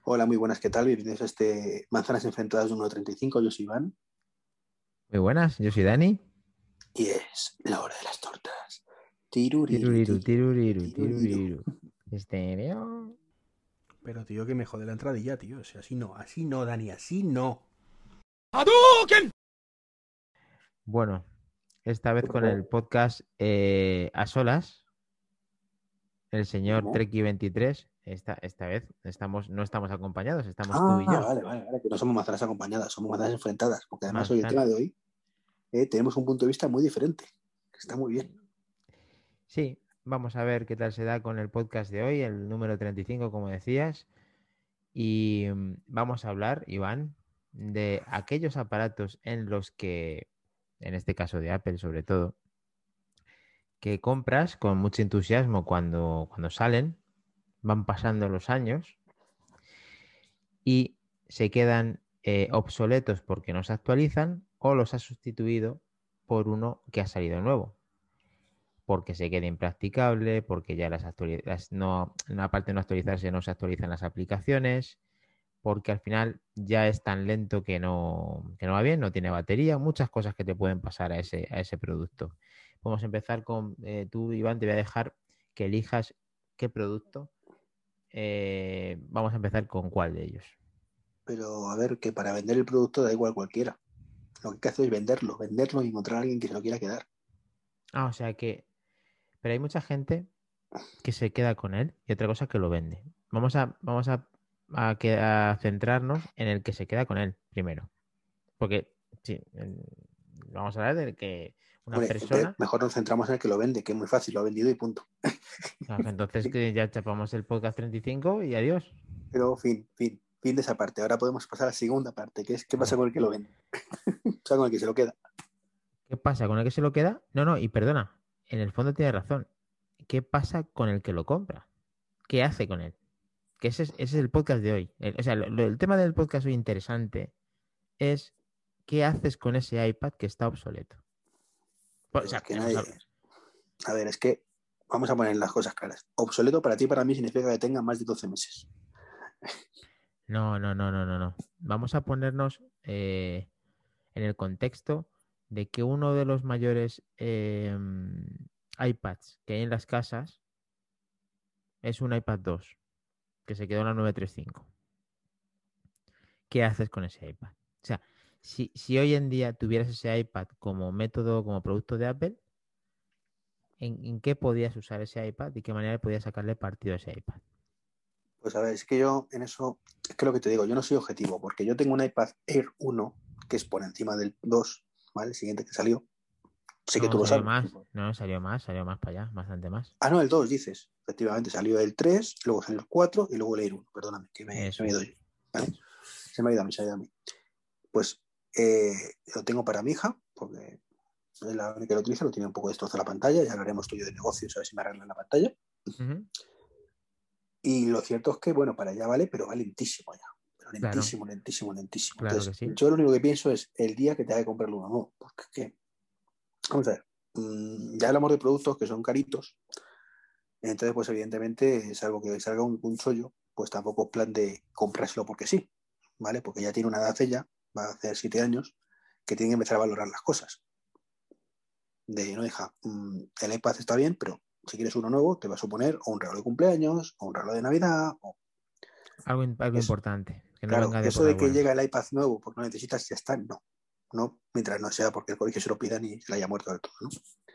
Hola, muy buenas, ¿qué tal? Bienvenidos a este Manzanas Enfrentadas de 1.35. Yo soy Iván Muy buenas, yo soy Dani. y es la hora de las tortas. Tiruriru, Tiruriru, tiruriru, tiruriru, tiruriru. tiruriru. Estéreo. Pero tío, que me jode la entradilla, tío. O sea, así no, Dani, así no. Bueno, esta vez ¿Qué con el pasó? podcast a solas, el señor ¿Cómo? Treki23. Esta vez no estamos acompañados, estamos tú Ah, y yo. vale, que no somos manzanas acompañadas, somos manzanas enfrentadas. Porque además hoy el Manzana. tema de hoy tenemos un punto de vista muy diferente. Está muy bien. Sí, vamos a ver qué tal se da con el podcast de hoy, el número 35, como decías. Y vamos a hablar, Iván, de aquellos aparatos en los que, en este caso de Apple sobre todo, que compras con mucho entusiasmo cuando salen, van pasando los años y se quedan obsoletos porque no se actualizan o los has sustituido por uno que ha salido nuevo, porque se queda impracticable, porque ya aparte de no actualizarse, no se actualizan las aplicaciones, porque al final ya es tan lento que no va bien, no tiene batería, muchas cosas que te pueden pasar a ese producto. Vamos a empezar con tú, Iván, te voy a dejar que elijas qué producto. Vamos a empezar con cuál de ellos. Pero a ver, que para vender el producto da igual cualquiera. Lo que hay que hacer es venderlo y encontrar a alguien que se lo quiera quedar. O sea que, pero hay mucha gente que se queda con él y otra cosa que lo vende. Vamos a centrarnos en el que se queda con él primero. Porque, sí, vamos a hablar de que una Hombre, persona. mejor nos centramos en el que lo vende, que es muy fácil, lo ha vendido y punto. Claro, entonces que ya chapamos el podcast 35 y adiós. Pero fin de esa parte. Ahora podemos pasar a la segunda parte, que es qué pasa Vale. con el que lo vende. O sea, con el que se lo queda. ¿Qué pasa con el que se lo queda? No, no, y perdona, en el fondo tiene razón. ¿Qué pasa con el que lo compra? ¿Qué hace con él? Que ese es el podcast de hoy. El tema del podcast hoy interesante es ¿qué haces con ese iPad que está obsoleto? O Pero es sea, que nadie. A ver, es que vamos a poner las cosas claras. Obsoleto para ti y para mí significa que tenga más de 12 meses. no, no, no, no, no, no. Vamos a ponernos en el contexto de que uno de los mayores iPads que hay en las casas es un iPad 2 que se quedó en la 935. ¿Qué haces con ese iPad? O sea, si hoy en día tuvieras ese iPad como método, como producto de Apple, ¿en qué podías usar ese iPad y qué manera podías sacarle partido a ese iPad? Pues a ver, es que yo en eso, es que lo que te digo, yo no soy objetivo, porque yo tengo un iPad Air 1, que es por encima del 2, ¿vale? El siguiente que salió. Sé que No, tú lo salió sabes. más. No, salió más para allá, bastante más. Ah, no, el 2 dices. Efectivamente, salió el 3, luego salió el 4 y luego el Air 1. Perdóname, se Eso me ha ido es, yo. ¿Vale? eso. Se me ha ido a mí, se me ha ido a mí. Pues lo tengo para mi hija, porque es la única que lo utiliza, lo tiene un poco destrozada la pantalla, ya hablaremos tú y yo de negocios, a ver si me arreglan la pantalla. Ujú. Y lo cierto es que, bueno, para ella vale, pero va lentísimo ya. Pero Claro, lentísimo, lentísimo, lentísimo. claro que Entonces, sí. yo lo único que pienso es el día que te haga que comprarlo uno nuevo. Porque es que, vamos a ver, ya hablamos de productos que son caritos. Entonces, pues evidentemente, salvo que salga un chollo, pues tampoco es plan de comprárselo porque sí, ¿vale? Porque ya tiene una edad ella, va a hacer 7 años, que tiene que empezar a valorar las cosas. De, no, hija, el iPad está bien, pero si quieres uno nuevo, te va a suponer o un regalo de cumpleaños, o un regalo de Navidad, o Algo eso. importante, que no Claro, venga de eso por de las que buenas. llega el iPad nuevo porque no necesitas, ya está, no. No, mientras no sea porque el colegio se lo pidan y se le haya muerto del todo, ¿no?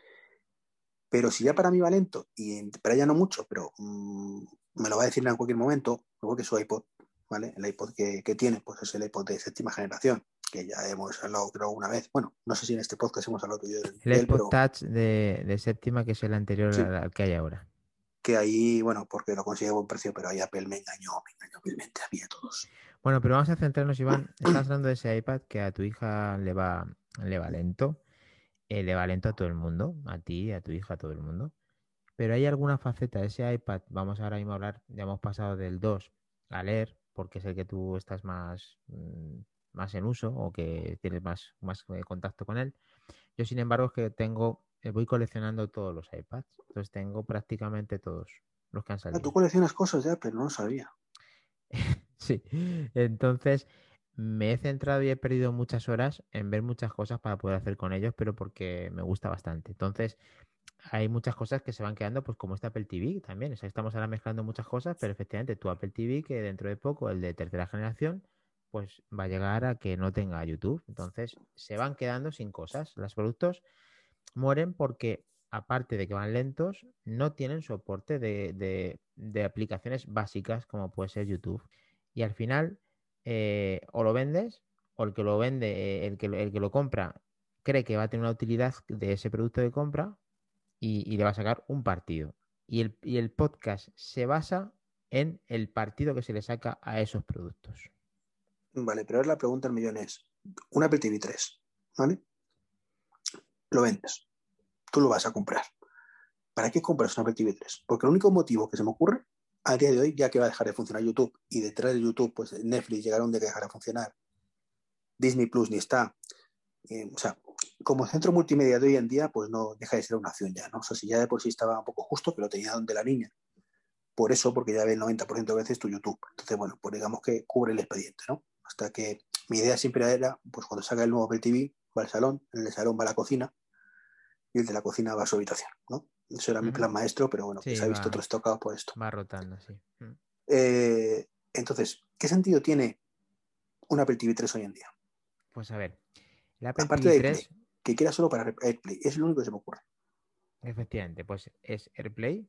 Pero si ya para mí va lento, y para ella no mucho, pero me lo va a decir en cualquier momento, luego que su iPod, ¿vale? El iPod que tiene, pues es el iPod de séptima generación, que ya hemos hablado creo una vez. Bueno, no sé si en este podcast hemos hablado tú y yo El de él, iPod pero Touch de séptima, que es el anterior sí, al que hay ahora. que ahí, bueno, porque lo consigue a buen precio, pero ahí Apple me engañó vilmente a mí y a todos. Bueno, pero vamos a centrarnos, Iván. Estás hablando de ese iPad que a tu hija le va lento. Le va lento a todo el mundo, a ti, a tu hija, a todo el mundo. Pero hay alguna faceta de ese iPad, vamos ahora mismo a hablar, ya hemos pasado del 2 a leer, porque es el que tú estás más en uso o que tienes más contacto con él. Yo, sin embargo, es que voy coleccionando todos los iPads. Entonces tengo prácticamente todos los que han Ah, tú salido. coleccionas cosas de Apple, no lo sabía. Sí. Entonces, me he centrado y he perdido muchas horas en ver muchas cosas para poder hacer con ellos, pero porque me gusta bastante. Entonces, hay muchas cosas que se van quedando, pues como este Apple TV también. O sea, estamos ahora mezclando muchas cosas, pero efectivamente tu Apple TV, que dentro de poco, el de tercera generación, pues va a llegar a que no tenga YouTube. Entonces, se van quedando sin cosas. Los productos mueren porque, aparte de que van lentos, no tienen soporte de aplicaciones básicas como puede ser YouTube. Y al final, o lo vendes, o el que lo vende, el que lo compra, cree que va a tener una utilidad de ese producto de compra y le va a sacar un partido. Y el podcast se basa en el partido que se le saca a esos productos. Vale, pero ahora la pregunta del millón es, un Apple TV 3, ¿vale? Lo vendes, tú lo vas a comprar. ¿Para qué compras un Apple TV 3? Porque el único motivo que se me ocurre a día de hoy, ya que va a dejar de funcionar YouTube y detrás de YouTube, pues Netflix llegará un día que dejará de funcionar, Disney Plus ni está, o sea, como centro multimedia de hoy en día, pues no deja de ser una opción ya, ¿no? O sea, si ya de por sí estaba un poco justo, que lo tenía donde la niña, por eso, porque ya ve el 90% de veces tu YouTube. Entonces, bueno, pues digamos que cubre el expediente, ¿no? Hasta que mi idea siempre era, pues cuando salga el nuevo Apple TV, va al salón, el del salón va a la cocina y el de la cocina va a su habitación, ¿no? Eso era mi Ujú. plan maestro, pero bueno, que Sí, se ha visto trastocado por esto. va rotando, sí. Entonces, ¿qué sentido tiene un Apple TV 3 hoy en día? Pues a ver, el Apple Aparte TV de AirPlay, 3, que queda solo para AirPlay, es lo único que se me ocurre. efectivamente, pues es AirPlay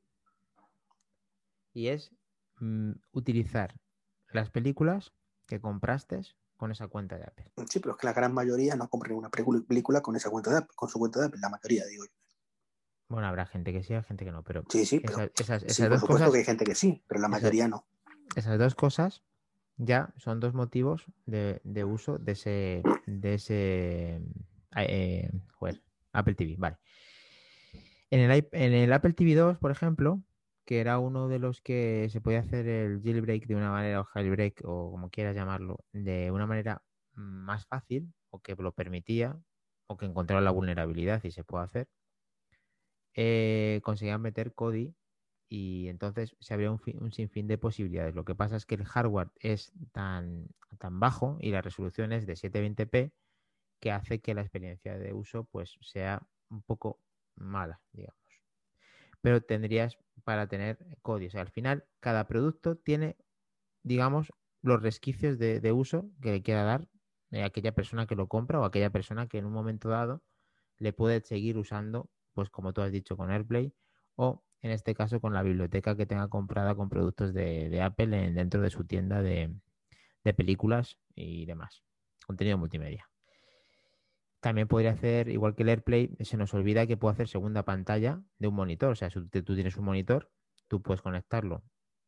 y es utilizar las películas que compraste con esa cuenta de Apple. Sí, pero es que la gran mayoría no compra ninguna película con esa cuenta de Apple, con su cuenta de Apple, la mayoría, digo yo. Bueno, habrá gente que sí, habrá gente que no, pero Sí, sí, pero sí, esas por dos supuesto que cosas, hay gente que sí, pero la esa- mayoría no. esas dos cosas ya son dos motivos de uso de ese joder, Apple TV, vale. En el Apple TV 2, por ejemplo, que era uno de los que se podía hacer el jailbreak de una manera, o jailbreak, o como quieras llamarlo, de una manera más fácil, o que lo permitía, o que encontraba la vulnerabilidad y se puede hacer, conseguían meter Kodi y entonces se abría un sinfín de posibilidades. Lo que pasa es que el hardware es tan bajo y la resolución es de 720p que hace que la experiencia de uso pues sea un poco mala, digamos. Pero tendrías para tener Kodi. O sea, al final cada producto tiene, digamos, los resquicios de uso que le quiera dar aquella persona que lo compra o aquella persona que en un momento dado le puede seguir usando, pues como tú has dicho, con AirPlay o en este caso con la biblioteca que tenga comprada con productos de Apple dentro de su tienda de películas y demás. Contenido multimedia. También podría hacer, igual que el AirPlay, se nos olvida que puede hacer segunda pantalla de un monitor. O sea, si tú tienes un monitor, tú puedes conectarlo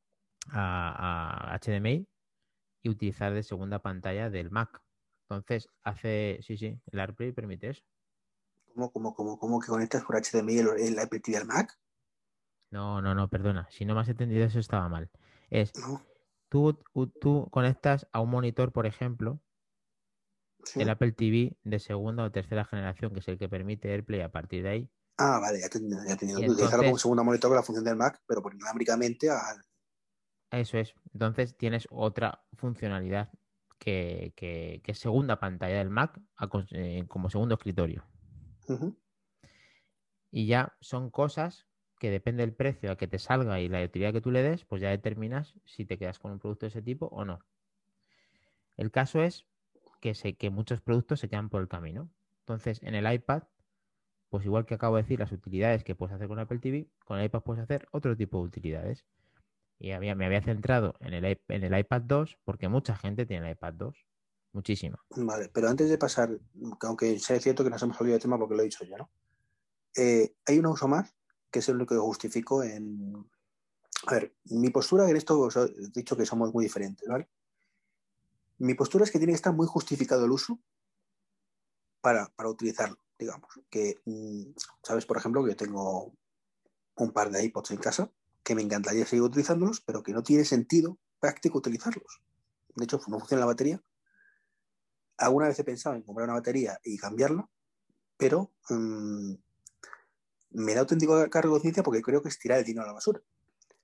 a HDMI y utilizar de segunda pantalla del Mac. Entonces, sí, sí, el AirPlay permite eso. ¿Cómo que conectas por HDMI el Apple TV al Mac? No, no, no, perdona. Si no me has entendido, eso estaba mal. Es, No, tú conectas a un monitor, por ejemplo, sí. el Apple TV de segunda o tercera generación, que es el que permite AirPlay a partir de ahí. Ah, vale, ya he tenido Y que utilizarlo como entonces, segundo monitor con la función del Mac, pero por inalámbricamente al... eso es. Entonces tienes otra funcionalidad que es segunda pantalla del Mac como segundo escritorio. Ujú. Y ya son cosas que depende del precio a que te salga y la utilidad que tú le des, pues ya determinas si te quedas con un producto de ese tipo o no. El caso es que muchos productos se quedan por el camino. Entonces, en el iPad, pues igual que acabo de decir, las utilidades que puedes hacer con Apple TV, con el iPad puedes hacer otro tipo de utilidades. Y me había centrado en el iPad 2 porque mucha gente tiene el iPad 2. Muchísima. Vale, pero antes de pasar, aunque sea cierto que nos hemos olvidado del tema porque lo he dicho ya, ¿no? Hay un uso más, que es el único que justifico en... A ver, mi postura en esto, os he dicho que somos muy diferentes, ¿vale? Mi postura es que tiene que estar muy justificado el uso para utilizarlo, digamos. Que, sabes, por ejemplo, que yo tengo un par de iPods en casa que me encantaría seguir utilizándolos, pero que no tiene sentido práctico utilizarlos. De hecho, no funciona la batería. Alguna vez he pensado en comprar una batería y cambiarla, pero me da auténtico cargo de conciencia porque creo que es tirar el dinero a la basura.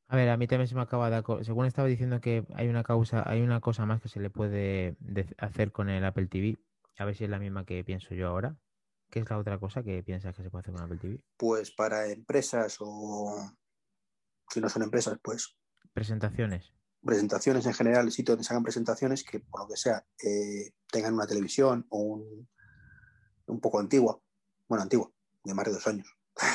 A ver, a mí también se me acaba de... Según estaba diciendo que hay una cosa más que se le puede hacer con el Apple TV. A ver si es la misma que pienso yo ahora. ¿Qué es la otra cosa que piensas que se puede hacer con Apple TV? Pues para empresas o si no son empresas, pues Presentaciones. presentaciones en general, sitios donde se hagan presentaciones que por lo que sea tengan una televisión o un poco antigua, bueno, antigua, de más de 2 años.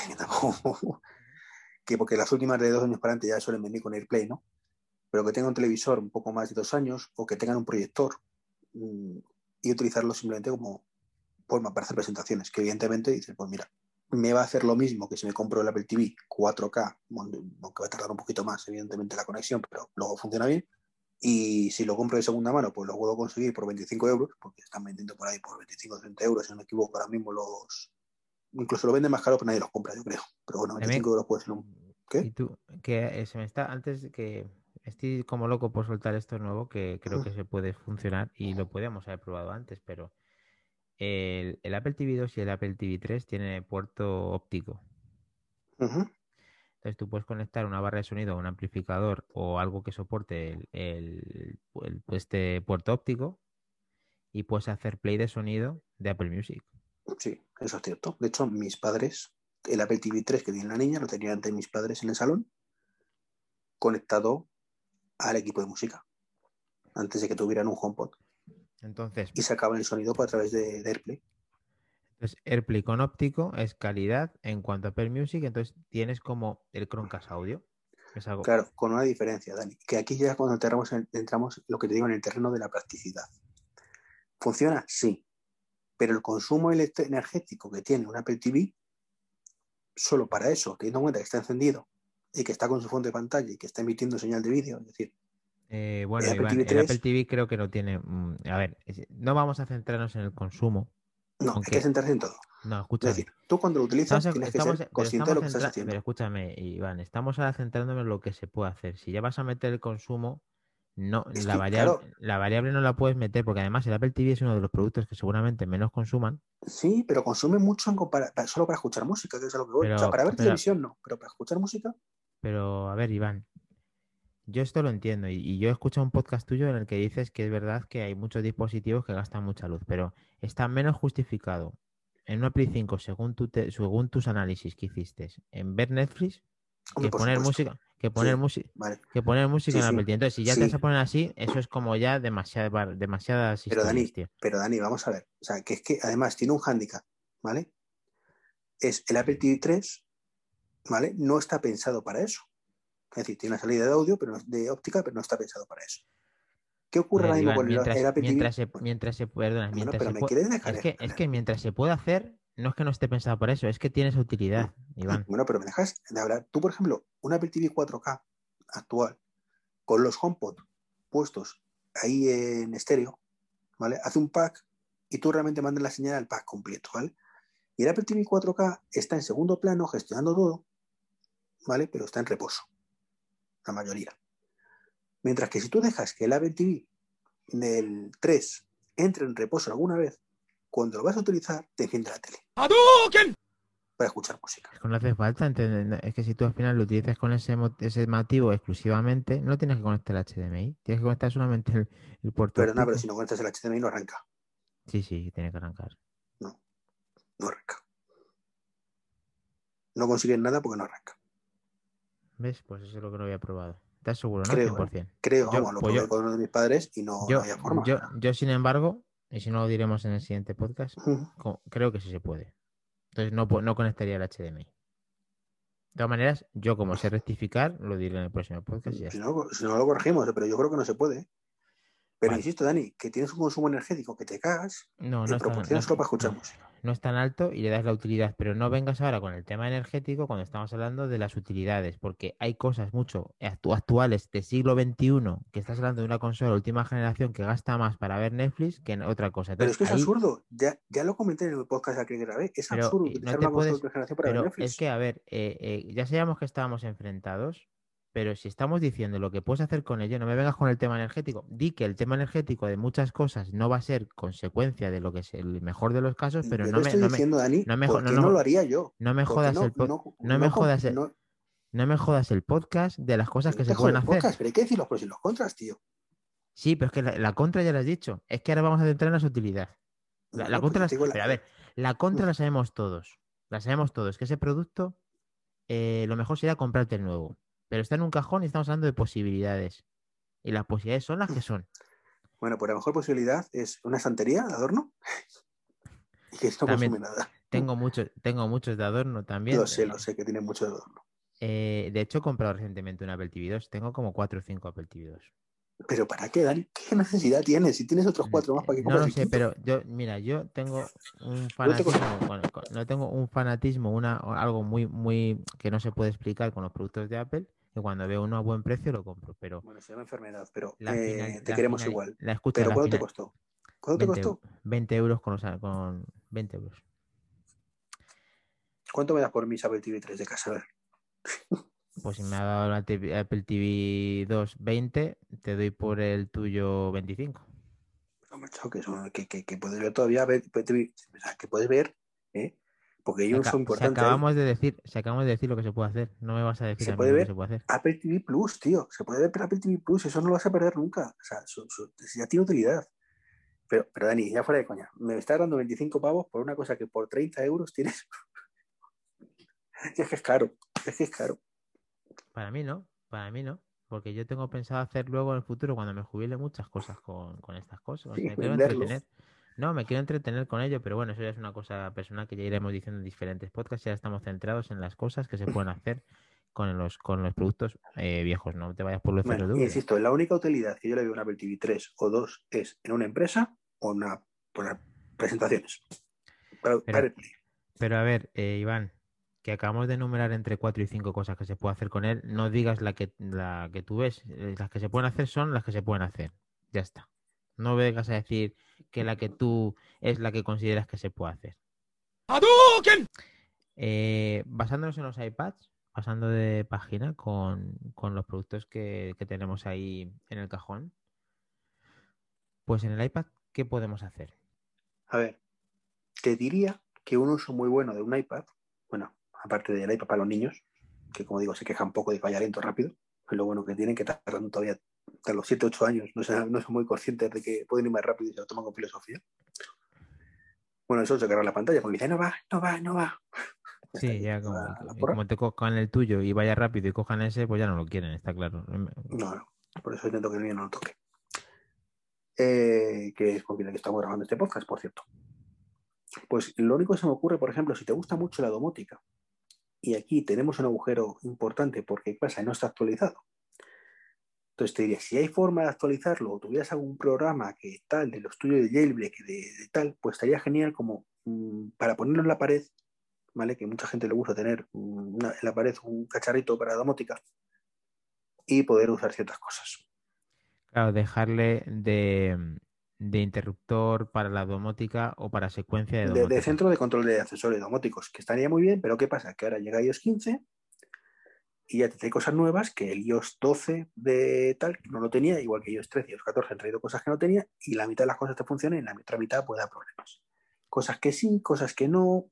Que porque las últimas de 2 años para adelante ya suelen venir con AirPlay, ¿no? Pero que tenga un televisor un poco más de 2 años o que tengan un proyector y utilizarlo simplemente como forma para hacer presentaciones, que evidentemente dices, pues mira, me va a hacer lo mismo que si me compro el Apple TV 4K, aunque va a tardar un poquito más, evidentemente, la conexión, pero luego funciona bien. Y si lo compro de segunda mano, pues lo puedo conseguir por 25 euros, porque están vendiendo por ahí por 25 o 30 euros, si no me equivoco, ahora mismo incluso lo venden más caro, pero nadie los compra, yo creo. Pero bueno, También, 25 euros puede ser un... y ¿Qué? tú, que se me está, antes de que estoy como loco por soltar esto nuevo, que creo que se puede funcionar y lo podíamos haber probado antes, pero el Apple TV 2 y el Apple TV 3 tiene puerto óptico. Uh-huh. Entonces tú puedes conectar una barra de sonido a un amplificador o algo que soporte este puerto óptico y puedes hacer play de sonido de Apple Music. Sí, eso es cierto. De hecho, mis padres, el Apple TV 3 que tiene la niña, lo tenían ante mis padres en el salón, conectado al equipo de música, antes de que tuvieran un HomePod. Entonces, Y sacaban el sonido a través de AirPlay. AirPlay con óptico es calidad en cuanto a Apple Music, entonces tienes como el Chromecast Audio. Es algo. Claro, con una diferencia, Dani, que aquí ya cuando entramos lo que te digo en el terreno de la practicidad. ¿Funciona? Sí, pero el consumo energético que tiene un Apple TV, solo para eso, teniendo en cuenta que está encendido y que está con su fondo de pantalla y que está emitiendo señal de vídeo, es decir, el Bueno, Apple Iván, TV el Apple 3, TV creo que no tiene. A ver, no vamos a centrarnos en el consumo, no, hay que aunque. centrarse en todo. No, Es decir, escúchame. tú cuando lo utilizas tienes que ser Pero consciente de lo que estás pero haciendo. escúchame, Iván, estamos ahora centrándonos en lo que se puede hacer. Si ya vas a meter el consumo, no, Es que, claro, la variable no la puedes meter, porque además el Apple TV es uno de los productos que seguramente menos consuman, sí, pero consume mucho solo para escuchar música, que es a lo que voy. O sea, para ver pero, televisión no, pero para escuchar música, a ver, Iván, yo esto lo entiendo, y yo he escuchado un podcast tuyo en el que dices que es verdad que hay muchos dispositivos que gastan mucha luz, pero está menos justificado en una Play 5, según tus análisis que hiciste, en ver Netflix hombre, que por poner supuesto. música, Sí, vale. que poner música Sí, en Apple sí, TV. Entonces, si ya te vas sí. a poner así, eso es como ya demasiadas historias, tío. Pero Dani, vamos a ver. O sea, que es que además tiene un hándicap, ¿vale? Es el Apple TV 3, ¿vale? No está pensado para eso. Es decir, tiene una salida de audio, pero de óptica, pero no está pensado para eso. ¿Qué ocurre ahora Joder, mismo Iván, con el Apple TV? perdona, Bueno, mientras pero se me puede, quieres dejar es hablar. que mientras se puede hacer, no es que no esté pensado para eso, es que tiene esa utilidad, Iván. Bueno, pero me dejas de hablar. Tú, por ejemplo, un Apple TV 4K actual, con los HomePod puestos ahí en estéreo, ¿vale? Hace un pack y tú realmente mandas la señal al pack completo, ¿vale? Y el Apple TV 4K está en segundo plano gestionando todo, ¿vale? Pero está en reposo, la mayoría. Mientras que si tú dejas que el Apple TV del 3 entre en reposo alguna vez, cuando lo vas a utilizar, te enciende la tele para escuchar música. Es que no hace falta entender, es que si tú al final lo utilizas con ese motivo exclusivamente, no tienes que conectar el HDMI, tienes que conectar solamente el puerto Perdona, pero óptico. si no conectas el HDMI no arranca. Sí, sí, tiene que arrancar. No, no arranca. No consigues nada porque no arranca. ¿Ves? Pues eso es lo que no había probado. ¿Estás seguro, no? Creo, ¿eh? 100%. Creo, Yo, vamos, lo pues probé con uno de mis padres y no había forma. O sea. sin embargo, y si no lo diremos en el siguiente podcast, creo que sí se puede. Entonces no conectaría el HDMI. De todas maneras, yo como sé rectificar, lo diré en el próximo podcast y ya está. Si no lo corregimos, pero yo creo que no se puede. Pero Vale. insisto, Dani, que tienes un consumo energético que te cagas No, en proporción solo para escuchar música. no es tan alto y le das la utilidad, pero no vengas ahora con el tema energético cuando estamos hablando de las utilidades, porque hay cosas mucho actuales de siglo XXI que estás hablando de una consola de última generación que gasta más para ver Netflix que en otra cosa. Pero Entonces, es que es ahí, absurdo. Ya lo comenté en el podcast que grabé. Es pero absurdo no utilizar te una consola de puedes, última generación para ver pero es Netflix. que, a ver, ya sabíamos que estábamos enfrentados. Pero si estamos diciendo lo que puedes hacer con ello, no me vengas con el tema energético. Di que el tema energético de muchas cosas no va a ser consecuencia de lo que es el mejor de los casos, pero Yo te estoy diciendo, Dani, ¿por qué no lo haría yo? no me ¿Por qué jodas no, no me jodas no No me jodas el podcast de las cosas Que no que se te pueden jode el hacer. podcast, pero hay que decir los pros y los contras, tío. Sí, pero es que la contra ya la has dicho. Es que ahora vamos a centrar en la utilidad. La Bueno, pues contra yo te las... digo Pero a ver, la contra la sabemos todos. La sabemos todos. Que ese producto, lo mejor sería comprarte el nuevo. Pero está en un cajón y estamos hablando de posibilidades. Y las posibilidades son las que son. Bueno, pues la mejor posibilidad es una estantería de adorno y que no También consume nada. tengo muchos de adorno también. Lo sé que tiene mucho de adorno. De hecho, he comprado recientemente un Apple TV 2. Tengo como 4 o 5 Apple TV 2. Pero ¿para qué, Dani? ¿Qué necesidad tienes? Si tienes otros cuatro más, ¿para qué No compras lo el sé, quinto? pero yo, mira, yo tengo un No te fanatismo, no tengo un fanatismo, algo muy, muy que no se puede explicar con los productos de Apple, que cuando veo uno a buen precio lo compro, pero Bueno, se llama enfermedad, pero la final, te la queremos final, igual. la escucha, Pero la ¿cuánto te final, costó? ¿Cuánto te 20, costó? 20 euros con 20 euros. ¿Cuánto me das por mis Apple TV 3 de casa? A ver. Pues si me ha dado la Apple TV 2 20, te doy por el tuyo 25. No, macho, que puedes ver todavía, o sea, que puedes ver, ¿eh? Porque hay Si, un uso si importante ahí. acabamos de decir, si acabamos de decir lo que se puede hacer, no me vas a decir Se a mí puede lo que se ver puede hacer. Apple TV Plus, tío. Se puede ver Apple TV Plus, eso no lo vas a perder nunca. O sea, ya tiene utilidad. Pero Dani, ya fuera de coña, me estás dando 25 pavos por una cosa que por 30 euros tienes. Es que es caro, es que es caro. Para mí no, porque yo tengo pensado hacer luego en el futuro, cuando me jubile, muchas cosas con estas cosas. Sí, Me quiero venderlo. entretener. No, me quiero entretener con ello, pero bueno, eso ya es una cosa personal que ya iremos diciendo en diferentes podcasts. Ya estamos centrados en las cosas que se pueden hacer con los productos viejos. No te vayas por los Bueno, CRW. insisto, la única utilidad que yo le veo a una Apple TV 3 o 2 es en una empresa o para presentaciones. Para Pero, el play. pero a ver, Iván, que acabamos de enumerar entre 4 y 5 cosas que se puede hacer con él, no digas la que tú ves. Las que se pueden hacer son las que se pueden hacer. Ya está. No vengas a decir que la que tú es la que consideras que se puede hacer. Basándonos en los iPads, pasando de página con los productos que tenemos ahí en el cajón, pues en el iPad, ¿qué podemos hacer? A ver, te diría que un uso muy bueno de un iPad, bueno, aparte del iPad para los niños, que como digo, se queja un poco de que vaya lento rápido, es lo bueno que tienen, que tardan todavía hasta los 7 8 años, no son muy conscientes de que pueden ir más rápido y se lo toman con filosofía. Bueno, eso se carga la pantalla porque dice, no va, no va, no va. Ya está Sí, ahí, ya como, a la y porra. como te cojan el tuyo y vaya rápido y cojan ese, pues ya no lo quieren, está claro. No, no, por eso intento que el mío no lo toque. Que es con quien estamos grabando este podcast, por cierto. Pues lo único que se me ocurre, por ejemplo, si te gusta mucho la domótica, y aquí tenemos un agujero importante porque pasa, no está actualizado. Entonces te diría, si hay forma de actualizarlo o tuvieras algún programa que tal, de los tuyos de jailbreak, de tal, pues estaría genial como para ponerlo en la pared, ¿vale? Que mucha gente le gusta tener en la pared un cacharrito para domótica y poder usar ciertas cosas. Claro, dejarle de interruptor para la domótica o para secuencia de De domótica. centro de control de accesorios domóticos, que estaría muy bien, pero ¿qué pasa? Que ahora llega iOS 15 y ya te trae cosas nuevas que el iOS 12 de tal no lo tenía, igual que iOS 13 y iOS 14 han traído cosas que no tenía y la mitad de las cosas te funcionan y la otra mitad puede dar problemas. Cosas que sí, cosas que no.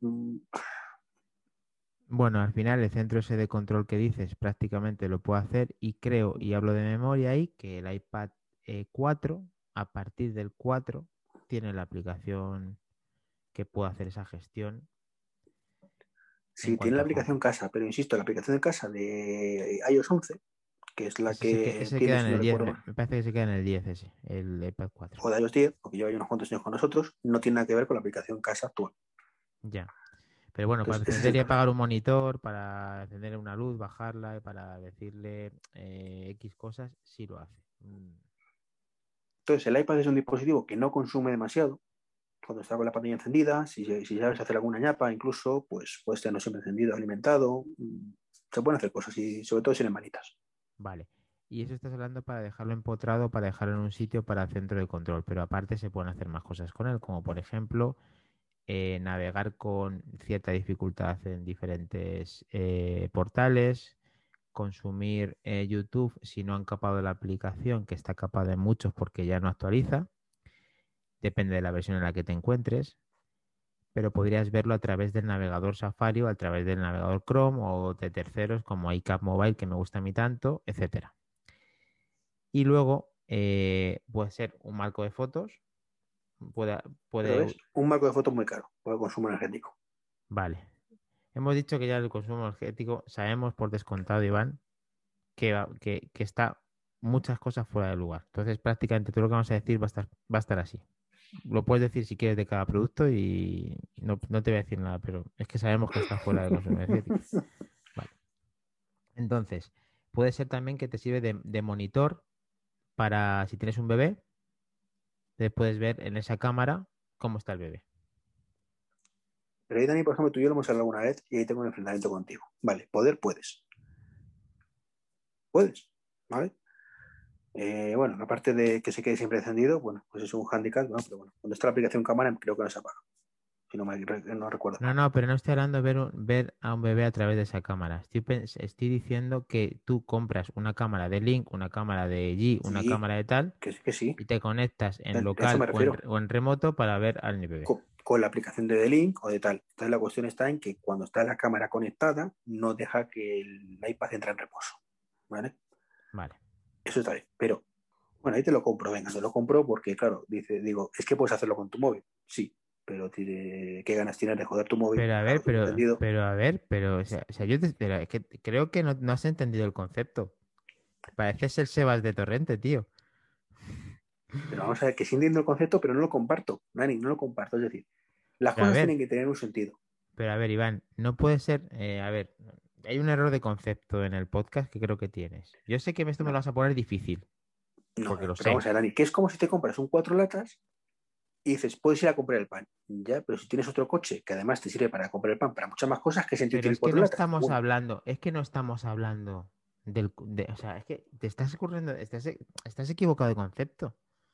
Bueno, al final el centro ese de control que dices prácticamente lo puedo hacer y creo, y hablo de memoria ahí, que el iPad 4, a partir del 4, tiene la aplicación que puede hacer esa gestión en Sí, tiene cuanto la a home. aplicación casa, pero insisto, la aplicación de casa de iOS 11, que es la que Ese tiene, queda en si no el 10, recuerdo me mal, me parece que se queda en el 10 ese, el iPad 4. o de iOS 10, porque lleva ya unos cuantos años con nosotros, no tiene nada que ver con la aplicación casa actual. Ya. Pero bueno, para Entonces, ese es encender el y problema. apagar un monitor, para encender una luz, bajarla y para decirle X cosas, sí lo hace. Entonces, el iPad es un dispositivo que no consume demasiado, cuando está con la pantalla encendida, si sabes hacer alguna ñapa, incluso, pues puede estar no siempre encendido, alimentado. Se pueden hacer cosas y sobre todo si en manitas. Vale. Y eso estás hablando para dejarlo empotrado, para dejarlo en un sitio para el centro de control, pero aparte se pueden hacer más cosas con él, como por ejemplo navegar con cierta dificultad en diferentes portales, consumir YouTube si no han capado de la aplicación, que está capada en muchos porque ya no actualiza, depende de la versión en la que te encuentres. pero podrías verlo a través del navegador Safari o a través del navegador Chrome o de terceros como iCap Mobile, que me gusta a mí tanto, etcétera. Y luego puede ser un marco de fotos, puede, Pero puede, ves, un marco de fotos muy caro por el consumo energético. vale. Hemos dicho que ya el consumo energético, sabemos por descontado, Iván, que está muchas cosas fuera de lugar. Entonces, prácticamente todo lo que vamos a decir va a estar así. Lo puedes decir si quieres de cada producto y no te voy a decir nada, pero es que sabemos que está fuera de consumo energético. Vale. Entonces, puede ser también que te sirve de monitor para si tienes un bebé, te puedes ver en esa cámara cómo está el bebé. Pero ahí, Dani, por ejemplo, tú y yo lo hemos hablado alguna vez y ahí tengo un enfrentamiento contigo. Vale, poder puedes. Puedes, ¿vale? Bueno, aparte de que se quede siempre encendido, bueno, pues es un handicap, ¿no? Pero bueno, cuando está la aplicación cámara creo que no se apaga, si no recuerdo No, mal. no, pero no estoy hablando de ver a un bebé a través de esa cámara. Estoy diciendo que tú compras una cámara de Link, una cámara de G, una Sí, cámara de tal, que sí, y te conectas en a eso local me refiero. o en remoto para ver al bebé. Con la aplicación de The-Link o de tal. Entonces la cuestión está en que cuando está la cámara conectada, no deja que el iPad entre en reposo, ¿vale? Vale. Eso está bien, pero bueno, ahí te lo compro, venga, te lo compro porque, claro, digo, es que puedes hacerlo con tu móvil, sí, pero ¿qué ganas tienes de joder tu móvil? Pero a Dejarlo ver, siempre encendido. o sea, pero es que creo que no has entendido el concepto. Pareces el Sebas de Torrente, tío. Pero vamos a ver que sí entiendo el concepto, pero no lo comparto, Nani, no lo comparto. Es decir, las Pero a cosas ver, tienen que tener un sentido. Iván, no puede ser, a ver, hay un error de concepto en el podcast que creo que tienes. Yo sé que esto me lo No, vas a poner difícil, no, porque lo pero vamos sé. a ver, Nani, que es como si te compras un cuatro latas y dices, puedes ir a comprar el pan. Ya, pero si tienes otro coche que además te sirve para comprar el pan para muchas más cosas, ¿qué sentido Pero tiene es que cuatro no latas? estamos Ninguno. hablando, es que no estamos hablando o sea, es que te estás ocurriendo, estás equivocado de concepto.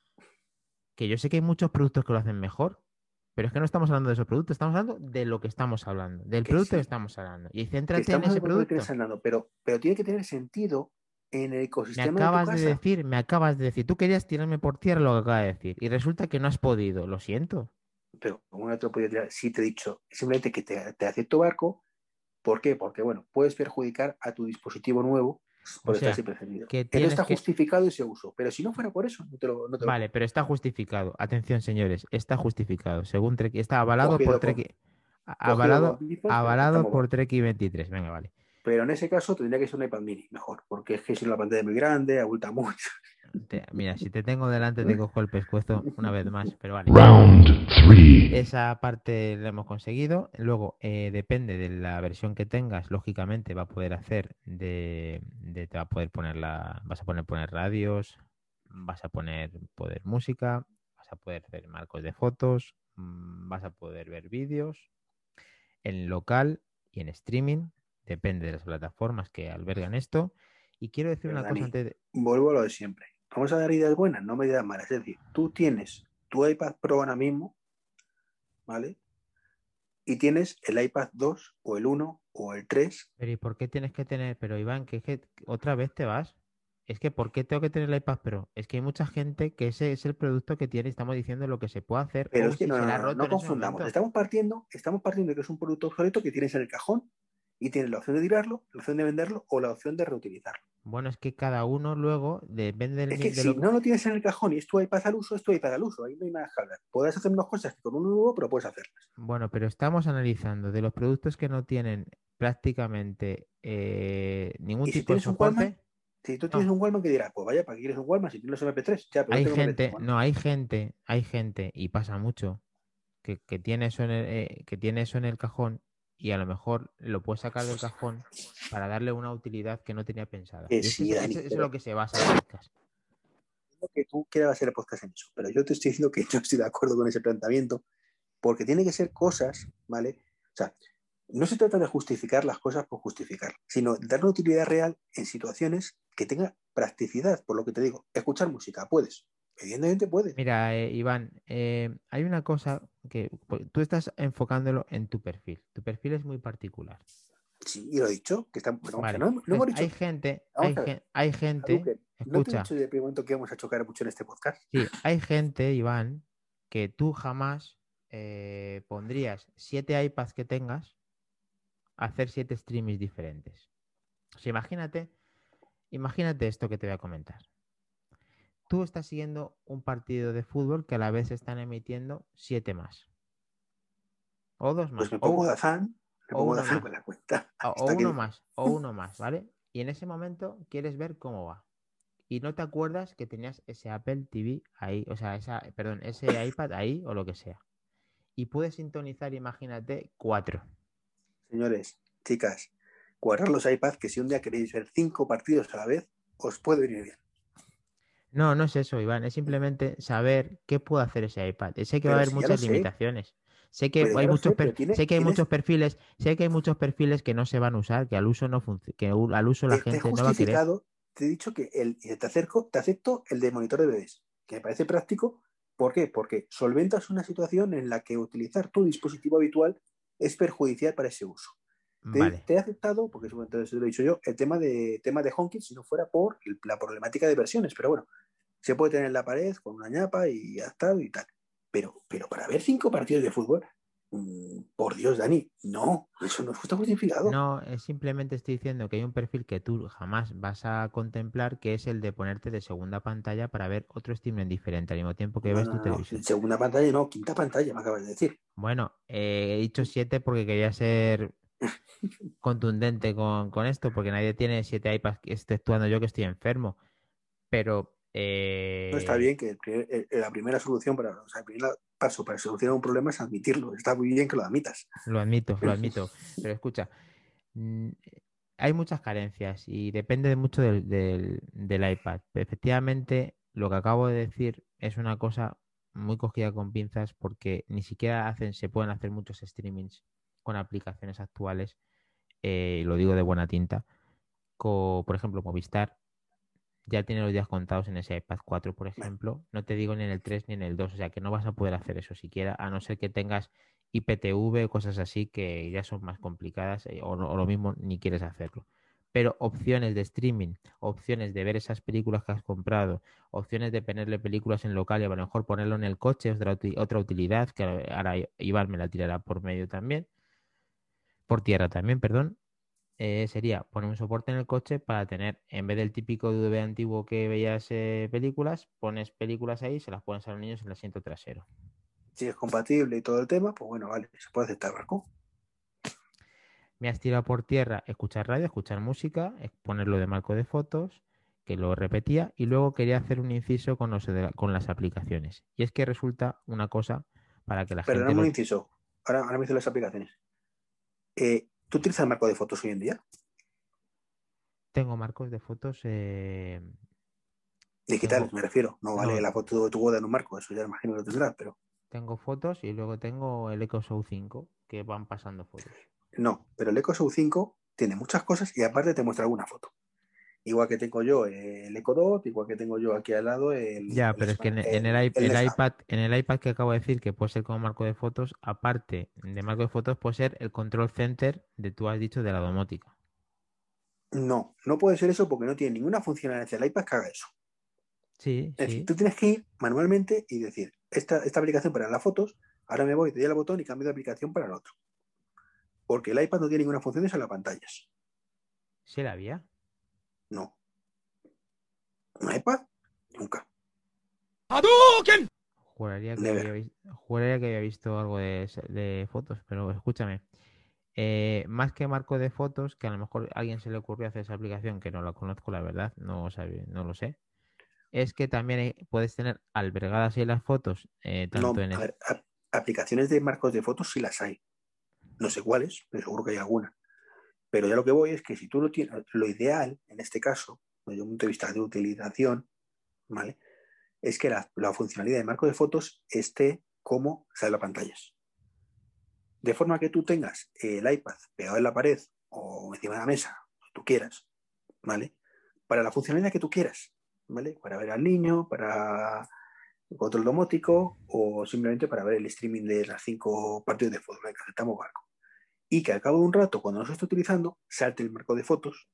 Que yo sé que hay muchos productos que lo hacen mejor, pero es que no estamos hablando de esos productos, estamos hablando de lo que estamos hablando, del Que producto que sí, estamos hablando. Y que céntrate en estamos de ese acuerdo que tienes producto. hablando, pero tiene que tener sentido en el ecosistema de tu casa. Me acabas de decir, tú querías tirarme por tierra lo que acaba de decir, y resulta que no has podido, lo siento. Pero como no te lo podía tirar, sí te he dicho, simplemente que te acepto barco. ¿Por qué? Porque, bueno, puedes perjudicar a tu dispositivo nuevo O por estar sea, siempre encendido. que Entonces tienes está que... justificado ese uso, pero si no fuera por eso, no te lo Vale, compro. pero está justificado. Atención, señores, está justificado. Según Trek, está avalado por Cogido Trek, con avalado, pinzas, pero avalado estamos por mal. Trek 23. Venga, vale. Pero en ese caso tendría que ser un iPad mini, mejor, porque es que si no la pantalla es muy grande, abulta mucho. Mira, si te tengo delante te cojo el pescuezo una vez más, pero vale. Round three. Esa parte la hemos conseguido. Luego, depende de la versión que tengas, lógicamente va a poder hacer te va a poder vas a poner radios, vas a poder música, vas a poder hacer marcos de fotos, vas a poder ver vídeos en local y en streaming, depende de las plataformas que albergan esto. Y quiero decir Pero una cosa Dani, antes de... vuelvo a lo de siempre. Vamos a dar ideas buenas, no medidas malas. Es decir, tú tienes tu iPad Pro ahora mismo, ¿vale? Y tienes el iPad 2 o el uno o el 3. Pero ¿y por qué tienes que tener? Pero Iván, que otra vez te vas. Es que ¿por qué tengo que tener el iPad Pro? Es que hay mucha gente que ese es el producto que tiene y estamos diciendo lo que se puede hacer Pero o es que si no, no, será no, no, roto no en ese confundamos. momento. Estamos partiendo de que es un producto obsoleto que tienes en el cajón y tienes la opción de tirarlo, la opción de venderlo o la opción de reutilizarlo. Bueno, es que cada uno luego depende Es que de si lo que... no lo tienes en el cajón y es tu iPad al uso, es tu iPad al uso. Ahí no hay nada que hablar. Puedes hacer unas cosas que con uno nuevo, pero puedes hacerlas. Bueno, pero estamos analizando de los productos que no tienen prácticamente ningún Y si tipo de tienes un Wallman, soporte. si tú tienes No, un Wallman que dirás, pues vaya, ¿para qué quieres un Wallman si tienes un MP3? Ya, pero no tengo MP3. Bueno, hay gente, y pasa mucho que tiene eso que tiene eso en el cajón y a lo mejor lo puede sacar del cajón para darle una utilidad que no tenía pensada. que Y sí, eso Dani, es pero lo que se basa el podcast. que tú quieras hacer el podcast en eso. Pero yo te estoy diciendo que no estoy de acuerdo con ese planteamiento porque tiene que ser cosas, ¿vale? O sea, no se trata de justificar las cosas por justificar, sino dar una utilidad real en situaciones que tenga practicidad, por lo que te digo. Escuchar música, puedes. Evidentemente puedes. Mira, Iván, hay una cosa tú estás enfocándolo en tu perfil. Tu perfil es muy particular. Sí, y lo he dicho, que, bueno, que Vale. no hemos Entonces, dicho. Vamos a ver, hay gente, Aduque, no te he escucha, dicho de primer momento que vamos a chocar mucho en este podcast. sí, hay gente, Iván, que tú jamás pondrías 7 iPads que tengas a hacer 7 streamings diferentes. O sea, imagínate esto que te voy a comentar. Tú estás siguiendo un partido de fútbol que a la vez están emitiendo 7 más. O 2 Pues más. me pongo de afán, O uno más. con la cuenta. O uno más, ¿vale? Y en ese momento quieres ver cómo va. Y no te acuerdas que tenías ese Apple TV ahí, o sea, ese iPad ahí o lo que sea. Y puedes sintonizar, imagínate, 4. Señores, chicas, guardar los iPads, que si un día queréis ver 5 partidos a la vez, os puede venir bien. No, no es eso, Iván, es simplemente saber qué puede hacer ese iPad. Sé que va a Pero haber si ya lo muchas sé, limitaciones. Sé que pero hay ya lo sé, pero sé que hay tienes, muchos perfiles, sé que hay muchos perfiles que no se van a usar, que al uso no que al uso la te he gente no va a querer. justificado, te he dicho que te acepto el de monitor de bebés, que me parece práctico. ¿Por qué? Porque solventas una situación en la que utilizar tu dispositivo habitual es perjudicial para ese uso. Vale. Te he aceptado, porque entonces lo he dicho yo, el tema de HomeKit si no fuera por la problemática de versiones, pero bueno, se puede tener en la pared con una ñapa y ya está y tal. Pero para ver 5 partidos de fútbol, por Dios, Dani, no, eso no está justificado. No, simplemente estoy diciendo que hay un perfil que tú jamás vas a contemplar, que es el de ponerte de segunda pantalla para ver otro streaming diferente al mismo tiempo que No, ves no, tu no, no. televisión. Segunda pantalla, no, quinta pantalla, me acabas de decir. Bueno, he dicho 7 porque quería ser contundente con esto, porque nadie tiene 7 iPads, exceptuando yo que estoy enfermo. Pero No está bien que la primera solución o sea, el primer paso para solucionar un problema es admitirlo. Está muy bien que lo admitas. lo admito, lo admito. Pero escucha, mm, hay muchas carencias y depende mucho del iPad. Efectivamente, lo que acabo de decir es una cosa muy cogida con pinzas porque ni siquiera se pueden hacer muchos streamings con aplicaciones actuales, y lo digo de buena tinta, por ejemplo, Movistar ya tiene los días contados en ese iPad 4, por Bueno, ejemplo. No te digo ni en el 3 ni en el 2, o sea que no vas a poder hacer eso siquiera, a no ser que tengas IPTV o cosas así que ya son más complicadas, o lo mismo ni quieres hacerlo. Pero opciones de streaming, opciones de ver esas películas que has comprado, opciones de ponerle películas en local y a lo mejor ponerlo en el coche, otra utilidad, que ahora Iván me la tirará por medio también, por tierra también, perdón, sería poner un soporte en el coche para tener, en vez del típico DVD antiguo que veías películas, pones películas ahí y se las pones a los niños en el asiento trasero. si es compatible y todo el tema, pues bueno, vale, se puede aceptar, Marco. Me has tirado por tierra escuchar radio, escuchar música, ponerlo de marco de fotos, que lo repetía, y luego quería hacer un inciso con las aplicaciones. Y es que resulta una cosa para que la gente Perdóname un lo... inciso. Ahora me hice las aplicaciones. ¿Tú utilizas el marco de fotos hoy en día? Tengo marcos de fotos, Digitales, tengo... me refiero. No vale No, la foto de tu boda en un marco, eso ya imagino que lo tendrás, pero tengo fotos y luego tengo el Echo Show 5 que van pasando fotos. no. Pero el Echo Show 5 tiene muchas cosas y aparte te muestra alguna foto. Igual que tengo yo el Echo Dot, igual que tengo yo aquí al lado Ya, pero es que el Nest Hub. En el iPad que acabo de decir que puede ser como marco de fotos, aparte de marco de fotos, puede ser el control center tú has dicho de la domótica. No, no puede ser eso porque no tiene ninguna funcionalidad el iPad que haga eso. Sí, Es decir, sí. tú tienes que ir manualmente y decir, esta aplicación para las fotos, ahora me voy, te doy al botón y cambio de aplicación para el otro. Porque el iPad no tiene ninguna función de las pantallas. ¿Sí la había? No. ¿Un iPad? Nunca. Never. Juraría que había visto algo de fotos, pero escúchame. Más que marco de fotos, que a lo mejor a alguien se le ocurrió hacer esa aplicación, que no la conozco, la verdad, no lo sé. Es que también puedes tener albergadas ahí las fotos, tanto No, en a el... ver, aplicaciones de marcos de fotos sí las hay. No sé cuáles, pero seguro que hay alguna. Pero ya lo que voy es que si tú lo tienes, lo ideal, en este caso, desde un punto de vista de utilización, ¿vale? Es que la funcionalidad de marco de fotos esté como sale las pantallas. De forma que tú tengas el iPad pegado en la pared o encima de la mesa, lo que tú quieras, ¿vale? Para la funcionalidad que tú quieras, ¿vale? Para ver al niño, para control domótico o simplemente para ver el streaming de las 5 partidos de fútbol que aceptamos barco. Y que al cabo de un rato, cuando no se esté utilizando, salte el marco de fotos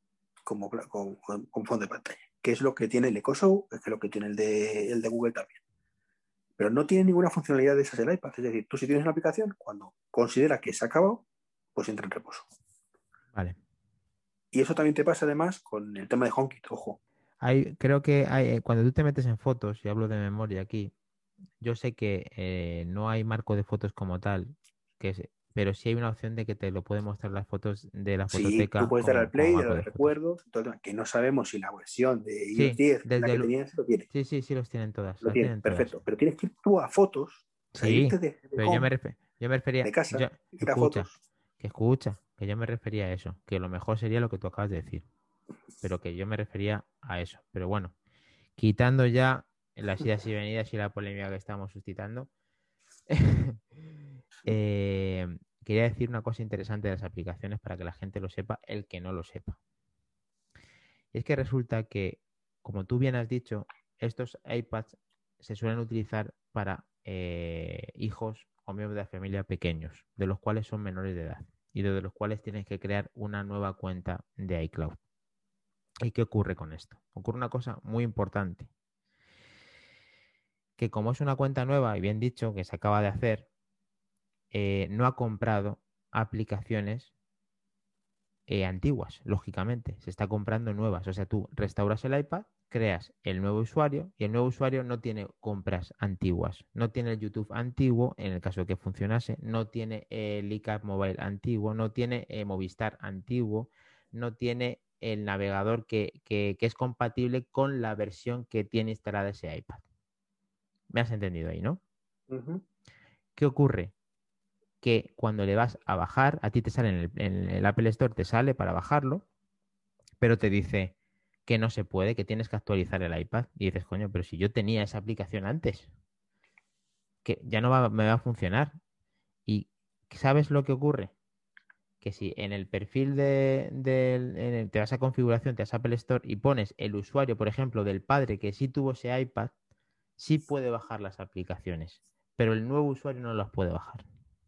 con fondo de pantalla, que es lo que tiene el Echo Show, que es lo que tiene el de Google también. pero no tiene ninguna funcionalidad de esas el iPad. Es decir, tú si tienes una aplicación, cuando considera que se ha acabado, pues entra en reposo. Vale. Y eso también te pasa además con el tema de HomeKit, ojo. Creo que cuando tú te metes en fotos, y hablo de memoria aquí, yo sé que no hay marco de fotos como tal, pero sí hay una opción de que te lo puede mostrar las fotos de la Sí, tú fototeca puedes dar al como play de marco los de fotos. recuerdos, todo el tema, que no sabemos si la versión de iOS Sí, 10, la desde que el... tenías, lo tiene. Sí, sí, sí, los tienen todas, Lo las tiene, tienen todas. perfecto. Pero tienes que ir tú a fotos, o sea, irte Sí, de pero home, yo me refería, de casa, ir a escucha, fotos. que yo me refería a eso, que lo mejor sería lo que tú acabas de decir, pero que yo me refería a eso. Pero bueno, quitando ya las idas y venidas y la polémica que estamos suscitando, quería decir una cosa interesante de las aplicaciones para que la gente lo sepa, el que no lo sepa. Y es que resulta que, como tú bien has dicho, estos iPads se suelen utilizar para hijos o miembros de la familia pequeños, de los cuales son menores de edad y de los cuales tienes que crear una nueva cuenta de iCloud. ¿Y qué ocurre con esto? Ocurre una cosa muy importante, que como es una cuenta nueva y bien dicho que se acaba de hacer, no ha comprado aplicaciones antiguas, lógicamente. Se está comprando nuevas. O sea, tú restauras el iPad, creas el nuevo usuario y el nuevo usuario no tiene compras antiguas. No tiene el YouTube antiguo, en el caso de que funcionase. No tiene el iCap Mobile antiguo. No tiene Movistar antiguo. No tiene el navegador que es compatible con la versión que tiene instalada ese iPad. ¿Me has entendido ahí, no? Ujú. ¿Qué ocurre? Que cuando le vas a bajar, a ti te sale en el Apple Store, te sale para bajarlo, pero te dice que no se puede, que tienes que actualizar el iPad. Y dices, coño, pero si yo tenía esa aplicación antes, que ya no me va a funcionar. ¿Y sabes lo que ocurre? Que si en el perfil te vas a configuración, te vas a Apple Store y pones el usuario, por ejemplo, del padre que sí tuvo ese iPad, sí puede bajar las aplicaciones, pero el nuevo usuario no las puede bajar.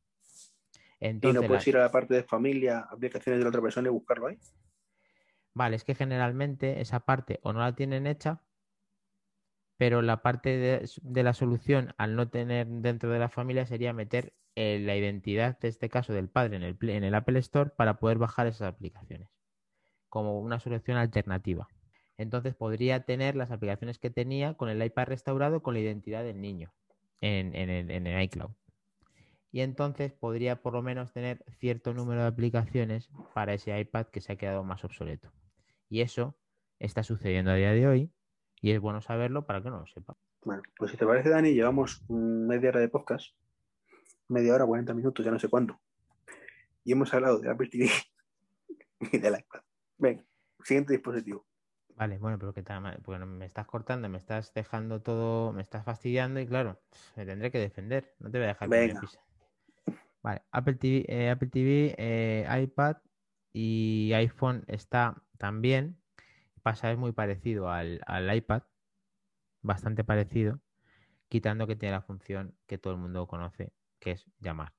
Y no Entonces, puedes ir a la parte de familia, aplicaciones de la otra persona y buscarlo ahí. vale, es que generalmente esa parte o no la tienen hecha, pero la parte de la solución al no tener dentro de la familia sería meter la identidad, de este caso del padre, en el Apple Store para poder bajar esas aplicaciones, como una solución alternativa. Entonces podría tener las aplicaciones que tenía con el iPad restaurado con la identidad del niño en el iCloud. Y entonces podría por lo menos tener cierto número de aplicaciones para ese iPad que se ha quedado más obsoleto. Y eso está sucediendo a día de hoy y es bueno saberlo para que no lo sepa. Bueno, pues si te parece, Dani, llevamos media hora de podcast, media hora, 40 minutos, ya no sé cuánto. Y hemos hablado de Apple TV y del iPad. Venga, siguiente dispositivo. Vale, bueno, pero que tal, porque me estás cortando, me estás dejando todo, me estás fastidiando y claro, me tendré que defender. No te voy a dejar que me Venga, pises. Vale, Apple TV, iPad y iPhone está también. Pasa, es muy parecido al iPad, bastante parecido, quitando que tiene la función que todo el mundo conoce, que es llamar.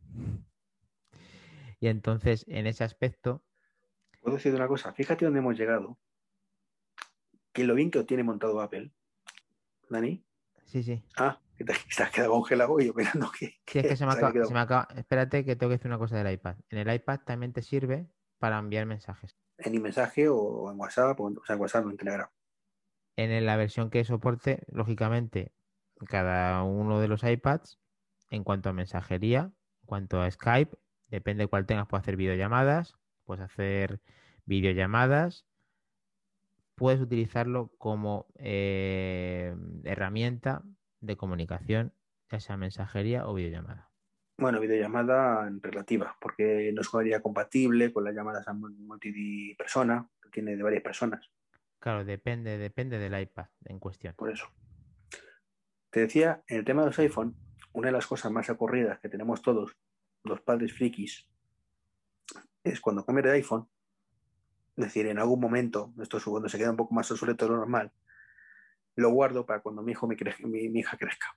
Y entonces, en ese aspecto, puedo decir una cosa. Fíjate dónde hemos llegado. Que lo bien que lo tiene montado Apple, Dani. sí, sí. Ah, que te has quedado congelado y yo esperando Sí, es que que se había se quedado me acaba. Espérate que tengo que decir una cosa del iPad. En el iPad también te sirve para enviar mensajes. en mi mensaje o en WhatsApp, o sea, en WhatsApp o en Telegram. La versión que soporte, lógicamente, cada uno de los iPads, en cuanto a mensajería, en cuanto a Skype, depende de cuál tengas, puedes hacer videollamadas, puedes utilizarlo como herramienta de comunicación, ya sea mensajería o videollamada. Bueno, videollamada en relativa, porque no es compatible con las llamadas a multipersona, que tiene de varias personas. Claro, depende del iPad en cuestión. Por eso. Te decía, en el tema de los iPhone, una de las cosas más ocurridas que tenemos todos, los padres frikis, es cuando cambio de iPhone, es decir, en algún momento, esto es cuando se queda un poco más obsoleto de lo normal, lo guardo para cuando mi hijo mi hija crezca.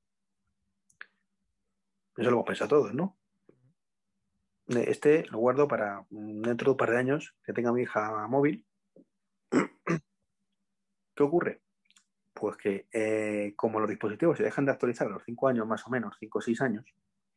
Eso lo hemos pensado todos, ¿no? Este lo guardo para dentro de un par de años que tenga mi hija móvil. ¿Qué ocurre? Pues que como los dispositivos se dejan de actualizar a los 5 años más o menos, 5 o 6 años,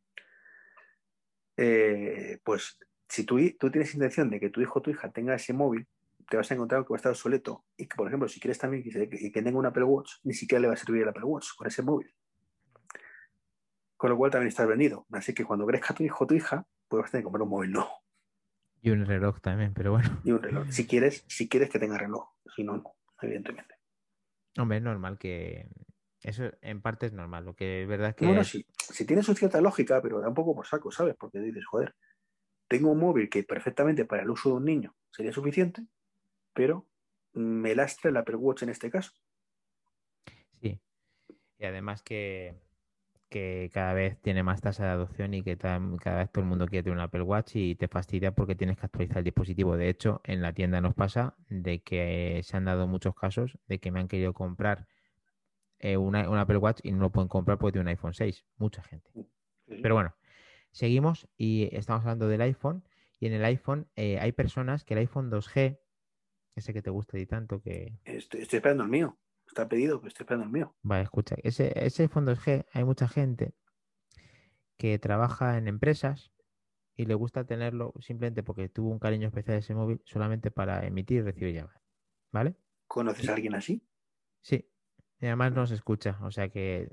pues si tú tienes intención de que tu hijo o tu hija tenga ese móvil, te vas a encontrar que va a estar obsoleto y que, por ejemplo, si quieres también que tenga un Apple Watch, ni siquiera le va a servir el Apple Watch con ese móvil. Con lo cual también estás vendido. Así que cuando crezca tu hijo o tu hija, pues vas a tener que comprar un móvil nuevo Y un reloj también, pero bueno. y un reloj. Si quieres que tenga reloj. Si no, no, evidentemente. Hombre, es normal que... Eso en parte es normal. Lo que es verdad es No, no, que... si tiene su cierta lógica, pero da un poco por saco, ¿sabes? Porque dices, joder, tengo un móvil que perfectamente para el uso de un niño sería suficiente, pero me lastra el Apple Watch en este caso. Sí. Y además que cada vez tiene más tasa de adopción y que cada vez todo el mundo quiere tener un Apple Watch y te fastidia porque tienes que actualizar el dispositivo. De hecho, en la tienda nos pasa de que se han dado muchos casos de que me han querido comprar un Apple Watch y no lo pueden comprar porque tiene un iPhone 6. Mucha gente. Sí. Pero bueno, seguimos y estamos hablando del iPhone. Y en el iPhone hay personas que el iPhone 2G, ese que te gusta y tanto que... Estoy esperando el mío. Está pedido, pero estoy esperando el mío. Vale, escucha, ese iPhone 2G hay mucha gente que trabaja en empresas y le gusta tenerlo simplemente porque tuvo un cariño especial a ese móvil solamente para emitir y recibir llamadas. ¿Vale? ¿Conoces a Y alguien así? sí, y además no se escucha. O sea que,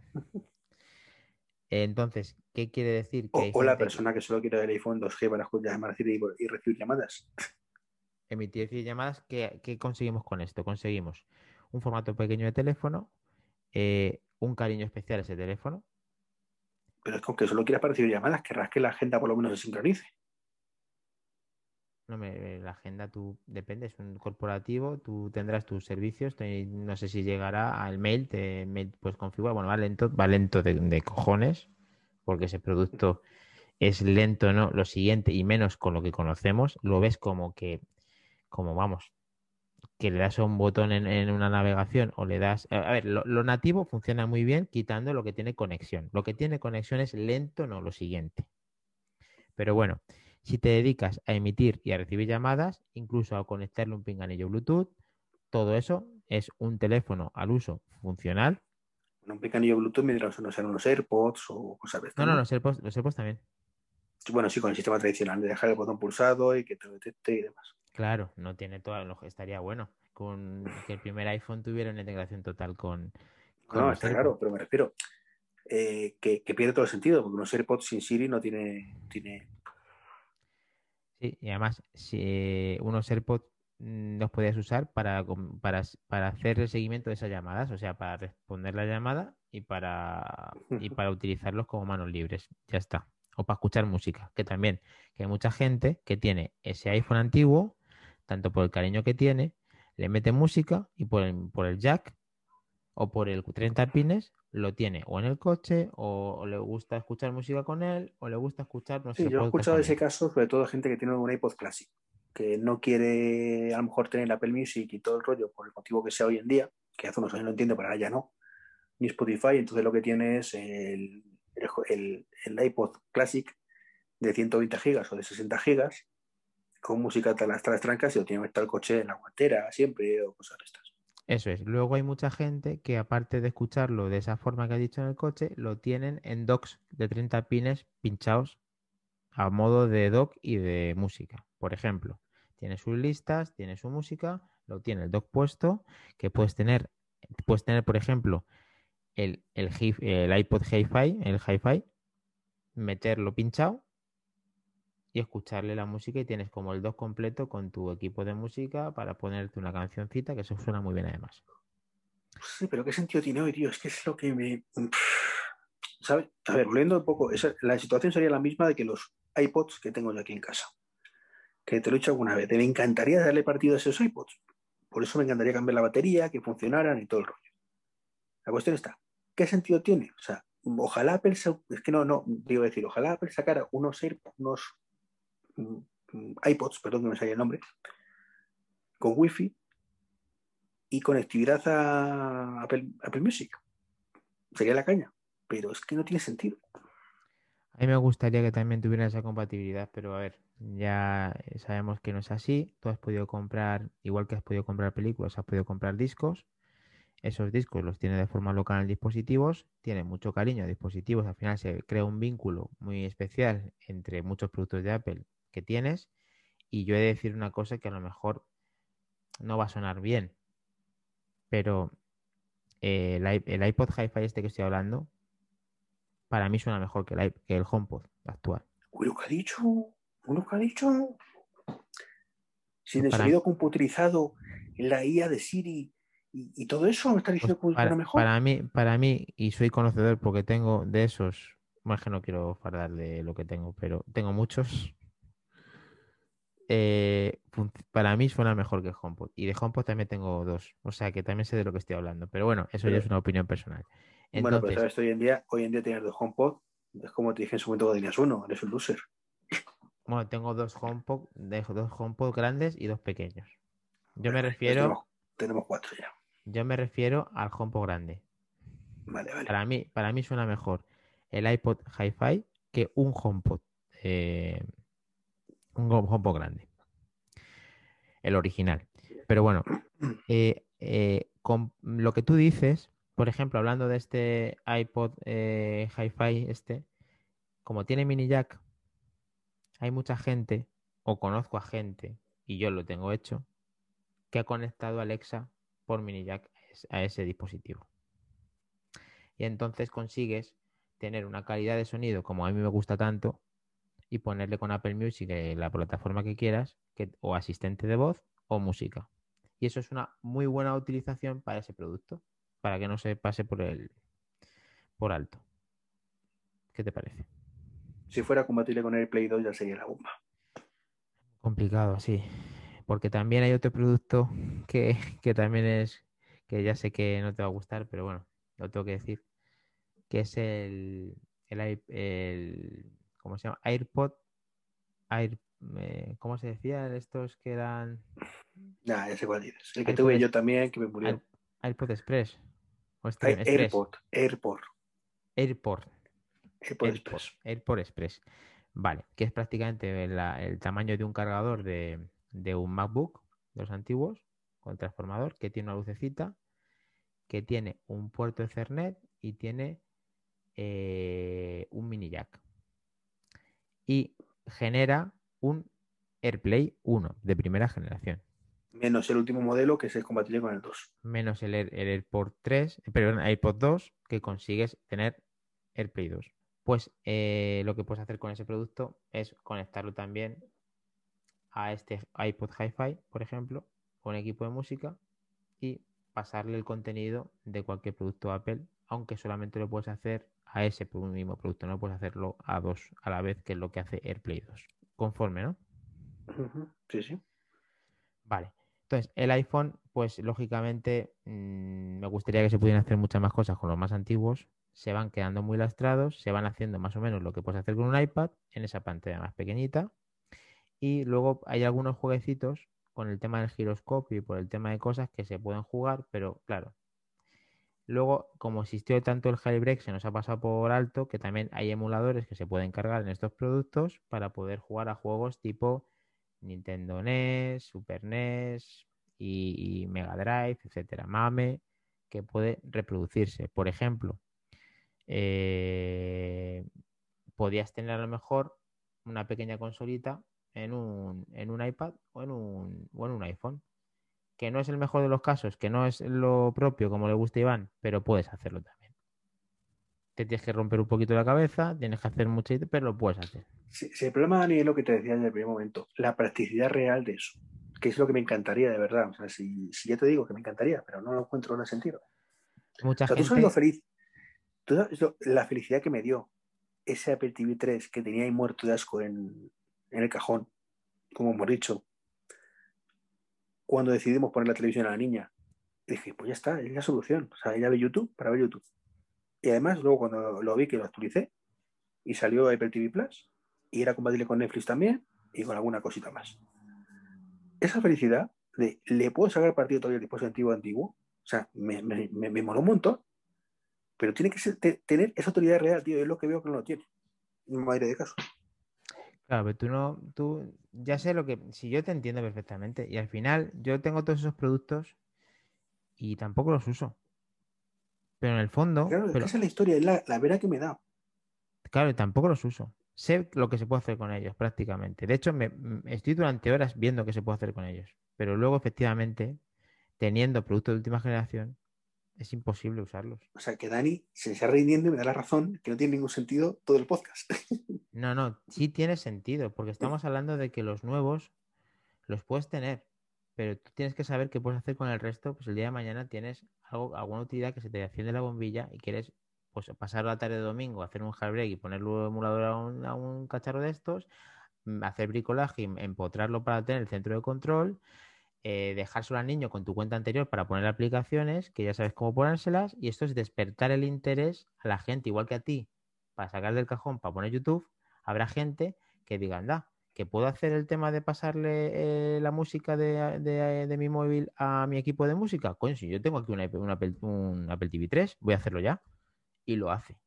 entonces, ¿qué quiere decir? Que hay O la gente que persona que solo quiere el iPhone 2G para llamar y recibir llamadas. emitir y recibir llamadas. ¿Qué conseguimos con esto? Conseguimos un formato pequeño de teléfono, un cariño especial a ese teléfono. Pero es que aunque solo quieras para recibir llamadas, querrás que la agenda por lo menos se sincronice. No la agenda tú depende, es un corporativo, tú tendrás tus servicios, no sé si llegará al mail, mail pues configura, bueno, va lento de cojones, porque ese producto es lento, ¿no? Lo siguiente, y menos con lo que conocemos, lo ves como que, como vamos, que le das a un botón en una navegación o le das, a ver, lo nativo funciona muy bien quitando lo que tiene conexión. Lo que tiene conexión es lento, no lo siguiente. Pero bueno, si te dedicas a emitir y a recibir llamadas, incluso a conectarle un pinganillo Bluetooth, todo eso es un teléfono al uso funcional. Con un pequeño Bluetooth mientras no sean unos AirPods o cosas de No, estas, no, ¿no? Los AirPods también. Bueno, sí, con el sistema tradicional de dejar el botón pulsado y que te lo detecte y demás. Claro, no tiene todo, estaría bueno con que el primer iPhone tuviera una integración total No, con no, los está AirPods. claro, pero me refiero que pierde todo el sentido, porque unos AirPods sin Siri no tiene. Sí, y además, si unos AirPods los podías usar para hacer el seguimiento de esas llamadas, o sea, para responder la llamada y para utilizarlos como manos libres. Ya está. O para escuchar música, que también, que hay mucha gente que tiene ese iPhone antiguo, tanto por el cariño que tiene, le mete música y por el jack o por el 30 pines lo tiene o en el coche o le gusta escuchar música con él o le gusta escuchar Sí, nuestro yo he podcast escuchado ese también. caso, sobre todo gente que tiene un iPod Classic, que no quiere a lo mejor tener Apple Music y todo el rollo por el motivo que sea hoy en día, que hace unos años no entiendo, pero ahora ya no, ni Spotify, entonces lo que tiene es el iPod Classic de 120 gigas o de 60 gigas con música hasta las trancas y lo tiene que estar el coche en la guantera siempre o cosas de estas. Eso es. Luego hay mucha gente que aparte de escucharlo de esa forma que ha dicho en el coche, lo tienen en docks de 30 pines pinchados a modo de dock y de música. Por ejemplo, tiene sus listas, tiene su música, lo tiene el dock puesto, que puedes tener, por ejemplo, el iPod Hi-Fi, el Hi-Fi, meterlo pinchado y escucharle la música y tienes como el dock completo con tu equipo de música para ponerte una cancioncita, que eso suena muy bien además. Sí, pero ¿qué sentido tiene hoy, tío? Es que es lo que me. ¿Sabes? A ver, volviendo un poco, la situación sería la misma de que los iPods que tengo yo aquí en casa, que te lo he dicho alguna vez, me encantaría darle partido a esos iPods. Por eso me encantaría cambiar la batería, que funcionaran y todo el rollo. La cuestión está, ¿qué sentido tiene? O sea, ojalá Apple, es que no, digo decir, ojalá Apple sacara unos mm, iPods, perdón que me salga el nombre, con Wi-Fi y conectividad a Apple Music. Sería la caña, pero es que no tiene sentido. A mí me gustaría que también tuviera esa compatibilidad, pero a ver, ya sabemos que no es así. Tú has podido comprar, igual que has podido comprar películas, has podido comprar discos. esos discos los tiene de forma local en dispositivos, tiene mucho cariño a dispositivos, al final se crea un vínculo muy especial entre muchos productos de Apple que tienes, y yo he de decir una cosa que a lo mejor no va a sonar bien, pero el iPod Hi-Fi este que estoy hablando, para mí suena mejor que el HomePod actual. Uy, lo que ha dicho, lo que ha dicho. Sin Pues el sonido computerizado, la IA de Siri y todo eso, ¿me está pues diciendo que funciona mejor? para mí, y soy conocedor porque tengo de esos, más que no quiero fardar de lo que tengo, pero tengo muchos. Para mí suena mejor que el HomePod. Y de HomePod también tengo dos. O sea que también sé de lo que estoy hablando. Pero bueno, eso ya es Pero, una opinión personal. bueno, pero Entonces, sabes, hoy en día tienes dos HomePod, es como te dije en su momento que tenías uno, eres un loser. bueno, tengo dos HomePod grandes y dos pequeños. Yo Vale, me vale, entonces refiero, tenemos cuatro ya. yo me refiero al HomePod grande. Vale, vale. Para mí suena mejor el iPod Hi-Fi que eh, un HomePod grande, el original. Pero bueno, con lo que tú dices, por ejemplo, hablando de este iPod Hi-Fi, como tiene mini jack, hay mucha gente, o conozco a gente, y yo lo tengo hecho, que ha conectado Alexa por mini jack a ese dispositivo. Y entonces consigues tener una calidad de sonido como a mí me gusta tanto y ponerle con Apple Music la plataforma que quieras, o asistente de voz o música. Y eso es una muy buena utilización para ese producto, para que no se pase por alto. ¿Qué te parece? Si fuera compatible con el Play 2 ya sería la bomba. Complicado, sí. Porque también hay otro producto que también que ya sé que no te va a gustar, pero bueno, lo tengo que decir, que es ¿cómo se llama? AirPod, Air, ¿cómo se decía? Estos que eran Nah, ya sé cuál dices. El que iPod, tuve yo también, que me Air- murió. AirPod Express o Hay Express, AirPod, AirPod, AirPod, AirPod Express. AirPod Express. Vale, que es prácticamente el tamaño de un cargador de un MacBook, de los antiguos, con transformador, que tiene una lucecita, que tiene un puerto Ethernet y tiene un mini jack. Y genera un AirPlay 1 de primera generación, Menos el último modelo que es compatible con el 2. menos el AirPod 3, perdón, AirPod 2, que consigues tener AirPlay 2. Pues lo que puedes hacer con ese producto es conectarlo también a este iPod Hi-Fi, por ejemplo, con equipo de música, y pasarle el contenido de cualquier producto Apple, aunque solamente lo puedes hacer a ese mismo producto, no puedes hacerlo a dos a la vez, que es lo que hace AirPlay 2. Conforme, ¿no? Ujú, sí, sí. Vale. Entonces, el iPhone, pues lógicamente me gustaría que se pudieran hacer muchas más cosas con los más antiguos. Se van quedando muy lastrados, se van haciendo más o menos lo que puedes hacer con un iPad en esa pantalla más pequeñita. Y luego hay algunos jueguecitos con el tema del giroscopio y por el tema de cosas que se pueden jugar, pero claro, luego, como existió tanto el jailbreak, se nos ha pasado por alto que también hay emuladores que se pueden cargar en estos productos para poder jugar a juegos tipo Nintendo NES, Super NES y Mega Drive, etcétera. MAME, que puede reproducirse. Por ejemplo, eh, podías tener a lo mejor una pequeña consolita en un iPad o en un iPhone, que no es el mejor de los casos, que no es lo propio como le gusta a Iván, pero puedes hacerlo también. Te tienes que romper un poquito la cabeza, tienes que hacer mucho, pero lo puedes hacer. Si el problema, Dani, es lo que te decía en el primer momento, la practicidad real de eso, que es lo que me encantaría de verdad. O sea, si ya te digo que me encantaría, pero no lo encuentro en el sentido. O Mucha sea, tú sabes lo gente, feliz, la felicidad que me dio ese Apple TV 3 que tenía ahí muerto de asco en el cajón, como hemos dicho, cuando decidimos poner la televisión a la niña. Y dije, pues ya está, es la solución. O sea, ella ve YouTube para ver YouTube. Y además, luego cuando lo vi que lo actualicé y salió Apple TV Plus, y era compatible con Netflix también y con alguna cosita más. Esa felicidad de le puedo sacar partido todavía al dispositivo antiguo, o sea, me moló un montón, pero tiene que tener esa autoridad real, tío, es lo que veo que no lo tiene. No hay de caso. claro, pero ya sé si yo te entiendo perfectamente y al final yo tengo todos esos productos y tampoco los uso. Pero en el fondo, Claro, es que esa es la historia, es la vera que me da. claro, tampoco los uso. Sé lo que se puede hacer con ellos prácticamente. De hecho, estoy durante horas viendo qué se puede hacer con ellos. Pero luego, efectivamente, teniendo productos de última generación, es imposible usarlos. O sea, que Dani se está rindiendo y me da la razón, que no tiene ningún sentido todo el podcast. No, no, sí tiene sentido, porque estamos hablando de que los nuevos los puedes tener, pero tú tienes que saber qué puedes hacer con el resto, pues el día de mañana tienes alguna utilidad que se te enciende la bombilla y quieres pues pasar la tarde de domingo, hacer un jailbreak y ponerle un emulador a un cacharro de estos, hacer bricolaje y empotrarlo para tener el centro de control, dejárselo al niño con tu cuenta anterior para poner aplicaciones, que ya sabes cómo ponérselas, y esto es despertar el interés a la gente, igual que a ti, para sacar del cajón, para poner YouTube, habrá gente que diga, anda, que puedo hacer el tema de pasarle la música de mi móvil a mi equipo de música. Coño, si yo tengo aquí un Apple TV 3, voy a hacerlo ya. Y lo hace.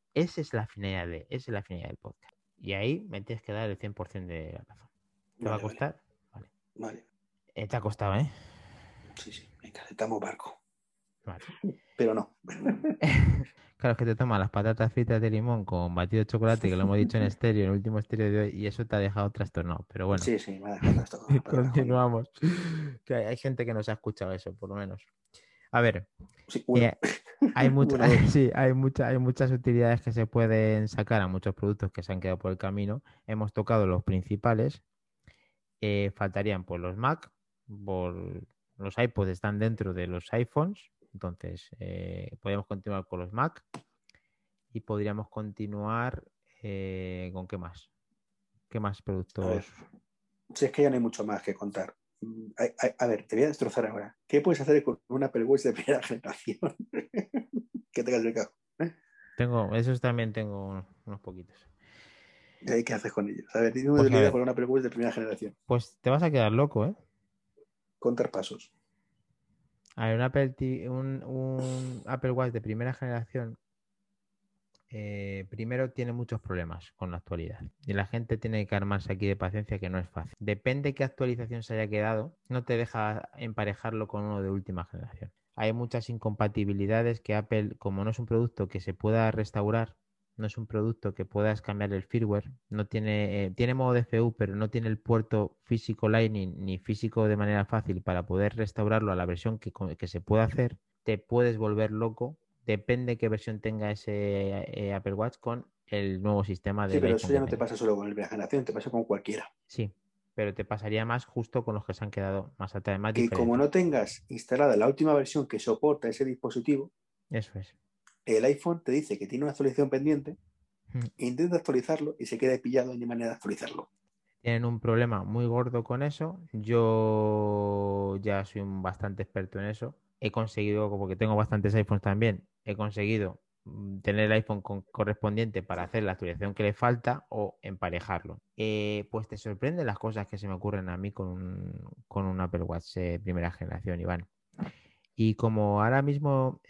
Esa es la finalidad del podcast. Y ahí me tienes que dar el 100% de la razón. ¿Te va a Vale, vale. costar? Vale. Vale. Te ha costado, ¿eh? Sí, sí. Venga, aceptamos barco. Vale. Pero no. Claro, es que te tomas las patatas fritas de limón con batido de chocolate, que lo hemos dicho en estéreo, en el último estéreo de hoy, y eso te ha dejado trastornado. Pero bueno, Sí, sí, me ha dejado esto con las patatas con limón. continuamos. Que hay gente que no se ha escuchado eso, por lo menos. A ver, Sí, uno. eh, hay Bueno, dos. sí, hay muchas utilidades que se pueden sacar a muchos productos que se han quedado por el camino. Hemos tocado los principales. Faltarían pues los Mac, por los iPods están dentro de los iPhones, entonces podríamos continuar con los Mac y podríamos continuar con qué más. ¿Qué más A ver, productos? si es que ya no hay mucho más que contar. A ver, te voy a destrozar ahora. ¿Qué puedes hacer con un Apple Watch de primera generación que tengas el cajo? Esos también tengo unos poquitos. ¿Qué haces con ellos? A ver, dime una Pues a utilidad con ver, un Apple Watch de primera generación. pues te vas a quedar loco, ¿eh? Contar pasos. A ver, un Apple Watch de primera generación primero tiene muchos problemas con la actualidad y la gente tiene que armarse aquí de paciencia que no es fácil. Depende qué actualización se haya quedado, no te deja emparejarlo con uno de última generación. Hay muchas incompatibilidades que Apple, como no es un producto que se pueda restaurar, no es un producto que puedas cambiar el firmware, no tiene modo DFU, pero no tiene el puerto físico Lightning ni físico de manera fácil para poder restaurarlo a la versión que se pueda hacer, te puedes volver loco. Depende qué versión tenga ese Apple Watch con el nuevo sistema Sí, del pero iPhone eso que ya no te tenga. pasa solo con el primera generación, te pasa con cualquiera. Sí, pero te pasaría más justo con los que se han quedado más atrás, más Que como diferencias. no tengas instalada la última versión que soporta ese dispositivo, Eso es. el iPhone te dice que tiene una actualización pendiente, Mm. intenta actualizarlo y se queda pillado y no hay manera de actualizarlo. Tienen un problema muy gordo con eso. Yo ya soy bastante experto en eso. He conseguido, porque tengo bastantes iPhones también, he conseguido tener el iPhone correspondiente para hacer la actualización que le falta o emparejarlo. Pues te sorprenden las cosas que se me ocurren a mí con un Apple Watch primera generación, Iván. Y como ahora mismo,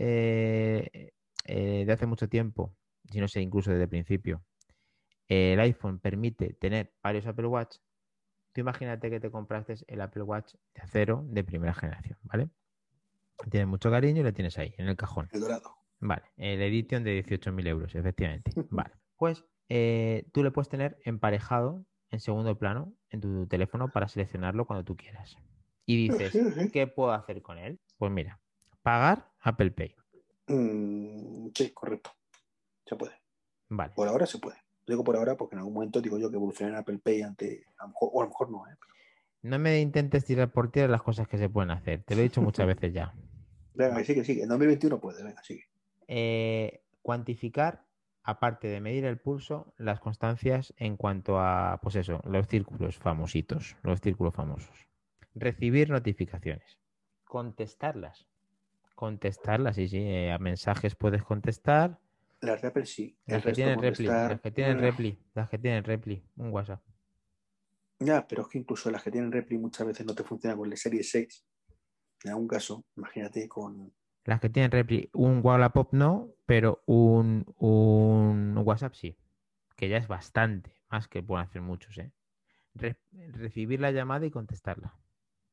de hace mucho tiempo, si no sé, incluso desde el principio, el iPhone permite tener varios Apple Watch. Tú imagínate que te compraste el Apple Watch de acero de primera generación, ¿vale? Tienes mucho cariño y lo tienes ahí, en el cajón. El dorado. Vale, el Edition de 18.000 euros, efectivamente. Vale, pues tú le puedes tener emparejado en segundo plano en tu teléfono para seleccionarlo cuando tú quieras. Y dices, ¿qué puedo hacer con él? Pues mira, pagar Apple Pay. Sí, correcto. Se puede. Vale. Por ahora se puede. Digo por ahora porque en algún momento digo yo que evolucione en Apple Pay ante, a lo mejor, o a lo mejor no, ¿eh? No me intentes tirar por tierra las cosas que se pueden hacer. Te lo he dicho muchas veces ya. Venga, Vale. sigue, sigue. En 2021 puede, venga, sigue. Cuantificar, aparte de medir el pulso, las constancias en cuanto a, pues eso, los círculos famositos, los círculos famosos. Recibir notificaciones. Contestarlas. Contestarlas, sí, sí. A mensajes puedes contestar. Las de Apple sí. El Las que resto tienen repli, las contestar. que tienen repli, las que tienen repli, un WhatsApp. Ya, pero es que incluso las que tienen Repli muchas veces no te funcionan con la serie 6. En algún caso, imagínate con. Las que tienen repli, un Wallapop no, pero un WhatsApp sí, que ya es bastante, más que pueden hacer muchos, ¿eh? Recibir la llamada y contestarla.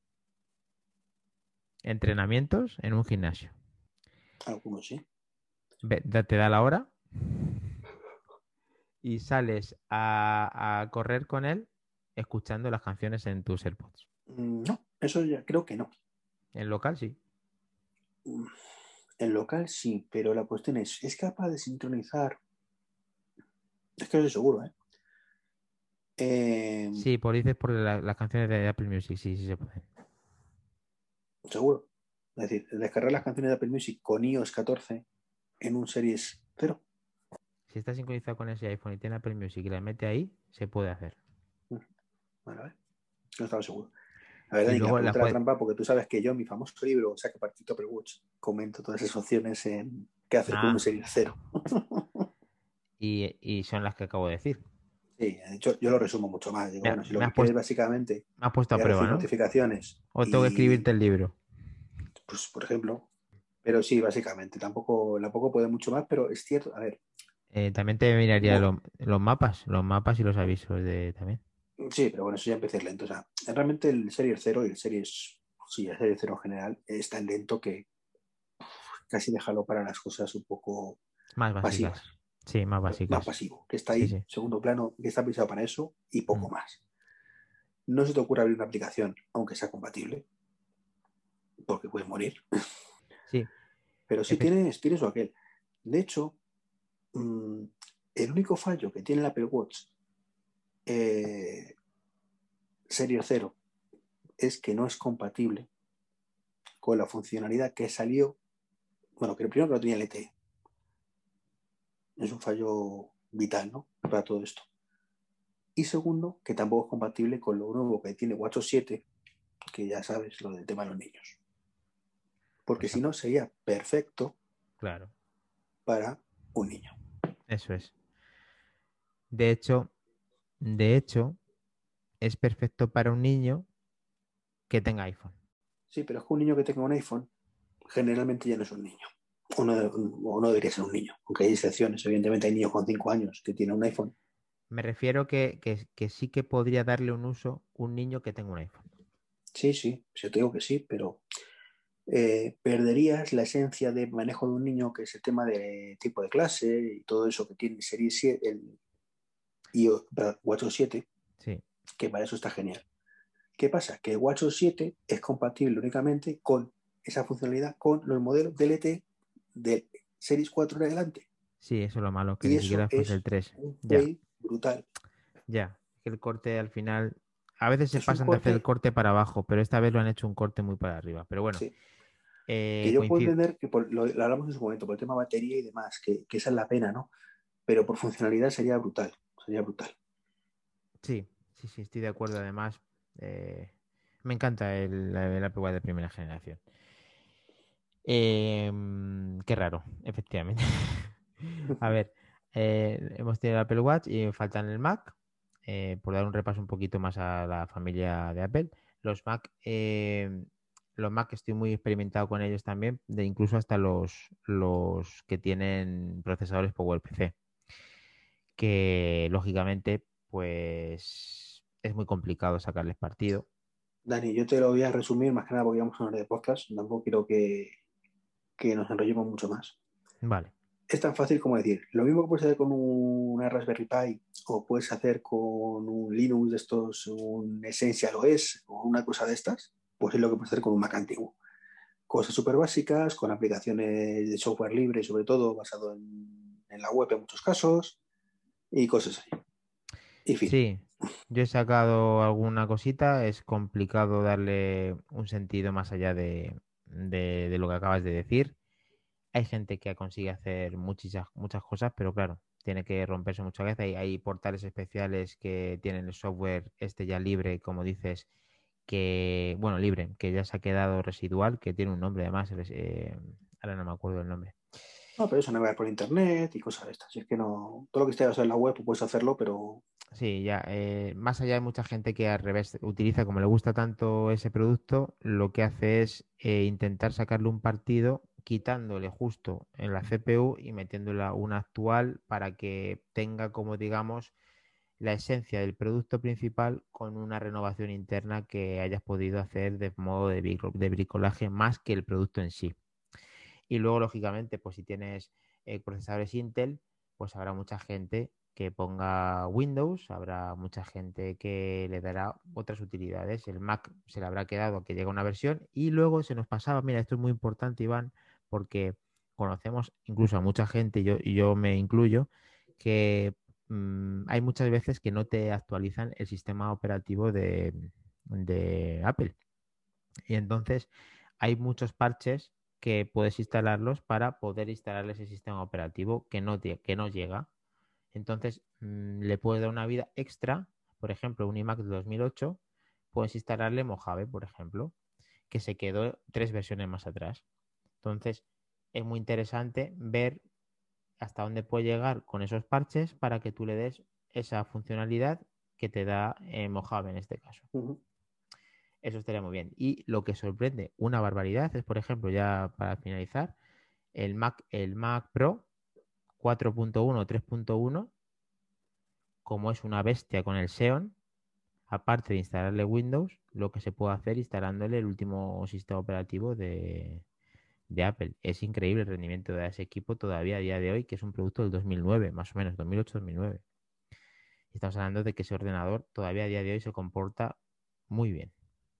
Entrenamientos en un gimnasio. Algunos sí. Te da la hora y sales a correr con él escuchando las canciones en tus AirPods. No, eso ya creo que no. En local, sí. En local sí, pero la cuestión es capaz de sincronizar. Es que no estoy seguro, ¿eh? Sí, dices por las canciones de Apple Music, sí, sí se puede. Seguro. Es decir, descargar las canciones de Apple Music con iOS 14 en un Series 0. Si está sincronizado con ese iPhone y tiene Apple Music y la mete ahí, se puede hacer. Vale. No estaba seguro. La verdad, Y ni que la luego pregunta era trampa, porque tú sabes que yo, en mi famoso libro, Saque Partido Apple Watch, comento todas esas opciones en qué hacer con un Ah, Series 0. y son las que acabo de decir. Sí, de hecho, yo lo resumo mucho más. Digo, Me, bueno, si lo me que has quieres puesto, básicamente me has puesto a es prueba, recibir ¿no? notificaciones O tengo que y, escribirte el libro. pues, por ejemplo, pero sí, básicamente, tampoco puede mucho más, pero es cierto, a ver, También te miraría como, los mapas y los avisos de también. sí, pero bueno, eso ya empecé lento. O sea, realmente el Series 0 y el Series, sí, el Series 0 en general es tan lento que casi déjalo para las cosas un poco Más pasivas, básicas. Sí, más más básicas. pasivo, que está Sí, ahí, sí. segundo plano, que está pensado para eso y Mm. poco más. No se te ocurre abrir una aplicación, aunque sea compatible, porque puedes morir, Sí, pero sí efectivamente. tienes o aquel. De hecho, mmm, el único fallo que tiene el Apple Watch eh, Series 0 es que no es compatible con la funcionalidad que salió, bueno, que primero que no tenía LTE, es un fallo vital, ¿no? Para todo esto. Y segundo, que tampoco es compatible con lo nuevo que tiene WatchOS 7, que ya sabes, lo del tema de los niños. Porque si no, sería perfecto Claro, para un niño. eso es. De hecho, de hecho, es perfecto para un niño que tenga iPhone. Sí, pero es que un niño que tenga un iPhone generalmente ya no es un niño. O no debería ser un niño, aunque hay excepciones. Evidentemente hay niños con 5 años que tienen un iPhone. Me refiero que sí que podría darle un uso un niño que tenga un iPhone. Sí, sí, yo te digo que sí, pero perderías la esencia de manejo de un niño, que es el tema de tipo de clase y todo eso que tiene Serie 7, WatchOS 7, Sí, que para eso está genial. ¿Qué pasa? Que WatchOS 7 es compatible únicamente con esa funcionalidad con los modelos de LTE de Series 4 en adelante. sí, eso es lo malo, que Y ni eso siquiera fuese el es 3. un Ya, fail brutal. ya. Que el corte al final. A veces se Es un pasan de hacer el corte, corte para abajo, pero esta vez lo han hecho un corte muy para arriba. Pero bueno, sí, que yo puedo coincido. entender que lo hablamos en su momento, por el tema batería y demás, que esa es la pena, ¿no? Pero por funcionalidad sería brutal, sería brutal. Sí, sí, sí, estoy de acuerdo. Además, eh, me encanta el Apple Watch de primera generación. Qué raro, efectivamente. A ver, hemos tenido el Apple Watch y faltan el Mac. Por dar un repaso un poquito más a la familia de Apple. Los Mac, los Mac estoy muy experimentado con ellos también, de incluso hasta los que tienen procesadores PowerPC, que lógicamente, pues es muy complicado sacarles partido. Dani, yo te lo voy a resumir más que nada porque vamos a hablar de podcast, tampoco quiero que nos enrollemos mucho más. Vale, Es tan fácil como decir, lo mismo que puedes hacer con una Raspberry Pi o puedes hacer con un Linux de estos, un Essential OS o una cosa de estas, pues es lo que puedes hacer con un Mac antiguo. Cosas súper básicas, con aplicaciones de software libre, sobre todo basado en la web en muchos casos, y cosas así. Y fin. sí, yo he sacado alguna cosita, es complicado darle un sentido más allá de lo que acabas de decir. Hay gente que consigue hacer muchas cosas, pero claro, tiene que romperse muchas veces. Hay portales especiales que tienen el software este ya libre, como dices, que, bueno, libre, que ya se ha quedado residual, que tiene un nombre además, ahora no me acuerdo el nombre. No, pero eso navegar por internet y cosas de estas. Si es que no, todo lo que esté basado en la web pues puedes hacerlo, pero Sí, ya, más allá hay mucha gente que al revés utiliza, como le gusta tanto ese producto, lo que hace es intentar sacarle un partido quitándole justo en la CPU y metiéndole una actual para que tenga como digamos la esencia del producto principal con una renovación interna que hayas podido hacer de modo de bricolaje más que el producto en sí. Y luego, lógicamente, pues si tienes procesadores Intel, pues habrá mucha gente que ponga Windows, habrá mucha gente que le dará otras utilidades. El Mac se le habrá quedado que llega una versión y luego se nos pasaba, mira, esto es muy importante, Iván, porque conocemos incluso a mucha gente, y yo me incluyo, que hay muchas veces que no te actualizan el sistema operativo de Apple. Y entonces hay muchos parches que puedes instalarlos para poder instalar ese sistema operativo que no llega. Entonces le puedes dar una vida extra. Por ejemplo, un iMac de 2008, puedes instalarle Mojave, por ejemplo, que se quedó 3 versiones más atrás. Entonces es muy interesante ver hasta dónde puede llegar con esos parches para que tú le des esa funcionalidad que te da Mojave en este caso. Uh-huh. Eso estaría muy bien. Y lo que sorprende una barbaridad es, por ejemplo, ya para finalizar, el Mac Pro 4.1 o 3.1, como es una bestia con el Xeon, aparte de instalarle Windows, lo que se puede hacer instalándole el último sistema operativo de Apple. Es increíble el rendimiento de ese equipo todavía a día de hoy, que es un producto del 2009, más o menos, 2008-2009. Estamos hablando de que ese ordenador todavía a día de hoy se comporta muy bien.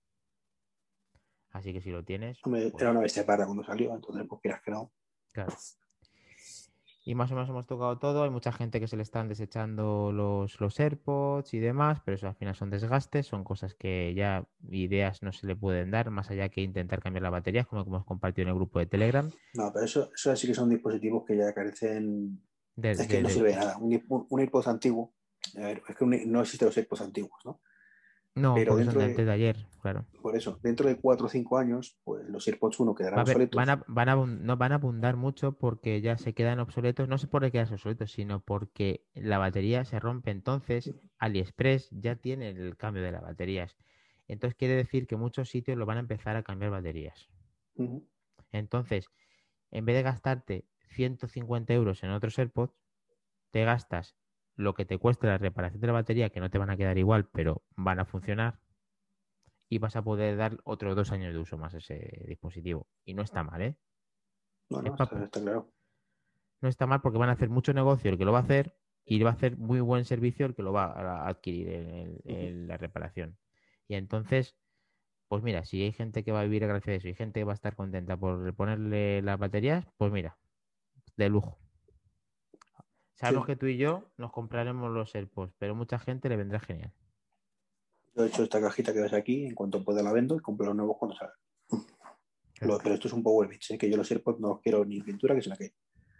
Así que si lo tienes... Hombre, pues, era una bestia parda cuando salió, entonces pues quieras que no. claro. Y más o menos hemos tocado todo. Hay mucha gente que se le están desechando los AirPods y demás, pero eso al final son desgastes, son cosas que ya ideas no se le pueden dar, más allá que intentar cambiar las baterías, como hemos compartido en el grupo de Telegram. No, pero eso sí que son dispositivos que ya carecen. De, Es que de- no de- sirve de nada. Un AirPods antiguo. A ver, es que no existen los AirPods antiguos, ¿no? No, Pero porque son dentro de antes de, de ayer, claro. por eso, dentro de 4 o 5 años, pues los AirPods 1 quedarán Va a haber, obsoletos. no van a abundar mucho porque ya se quedan obsoletos, no sé por qué quedarse obsoletos, sino porque la batería se rompe. Entonces, AliExpress ya tiene el cambio de las baterías. Entonces quiere decir que muchos sitios lo van a empezar a cambiar baterías. Uh-huh. Entonces, en vez de gastarte 150 euros en otros AirPods, te gastas lo que te cuesta la reparación de la batería, que no te van a quedar igual, pero van a funcionar, y vas a poder dar otros 2 años de uso más a ese dispositivo. Y no está mal, ¿eh? No, Es no, papo. está claro. No está mal porque van a hacer mucho negocio el que lo va a hacer y va a hacer muy buen servicio el que lo va a adquirir Uh-huh. en la reparación. Y entonces, pues mira, si hay gente que va a vivir gracias a eso y gente que va a estar contenta por ponerle las baterías, pues mira, de lujo. Sabemos Sí. que tú y yo nos compraremos los AirPods, pero mucha gente le vendrá genial. Yo he hecho esta cajita que ves aquí, en cuanto pueda la vendo y compro los nuevos cuando salgan. Claro. Pero esto es un Power Beach, ¿eh? Que yo los AirPods no los quiero ni en pintura que se la que.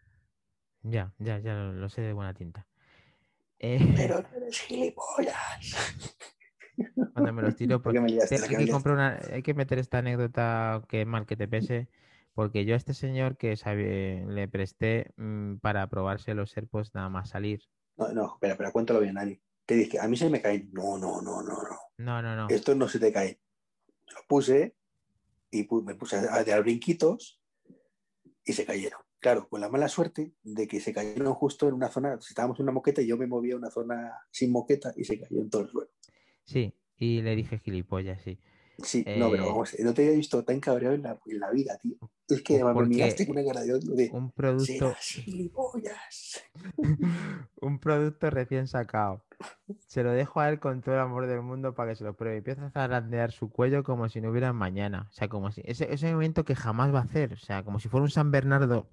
Ya lo sé de buena tinta. Pero tú eres gilipollas. Cuando me los tiro, ¿La pues que me liaste? ¿La hay que me que liaste? hay que meter esta anécdota que mal que te pese, porque yo a este señor le presté para probarse los AirPods nada más salir. No, no, espera, cuéntalo bien, Ani. Te dije, a mí se me caen. No, no, no, no, no. No. Estos no se te caen. Los puse y me puse a dar brinquitos y se cayeron. Claro, con la mala suerte de que se cayeron justo en una zona, estábamos en una moqueta y yo me movía a una zona sin moqueta y se cayó en todo el suelo. Sí, y le dije gilipollas, sí. Sí, no, pero Eh, vamos, no te había visto tan cabreado en la vida, tío. Es que pues además me miraste con porque una cara de odio de, un producto, serás gilipollas. un producto recién sacado. Se lo dejo a él con todo el amor del mundo para que se lo pruebe. Y empieza a zarandear su cuello como si no hubiera mañana. O sea, como si ese movimiento que jamás va a hacer. O sea, como si fuera un San Bernardo.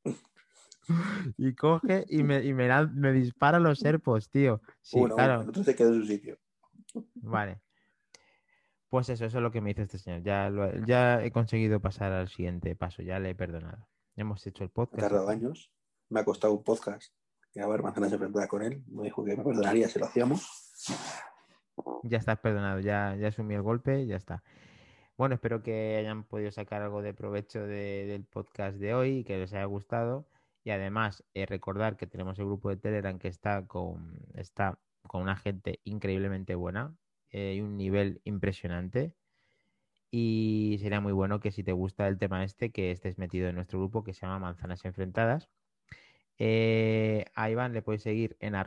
Y coge me dispara los AirPods, tío. Sí, Uno, el claro. otro se quedó en su sitio. Vale. Pues eso es lo que me hizo este señor. Ya he conseguido pasar al siguiente paso. Ya le he perdonado. Hemos hecho el Ha podcast y tardado todo. años. Me ha costado un podcast grabar manzanas enfrentadas con él. Me dijo que me perdonaría si lo hacíamos. Ya estás perdonado. Ya asumí el golpe. Ya está. Bueno, espero que hayan podido sacar algo de provecho del podcast de hoy y que les haya gustado. Y además, recordar que tenemos el grupo de Telegram que está con una gente increíblemente buena y un nivel impresionante. Y sería muy bueno que si te gusta el tema este, que estés metido en nuestro grupo que se llama Manzanas Enfrentadas. A Iván le podéis seguir en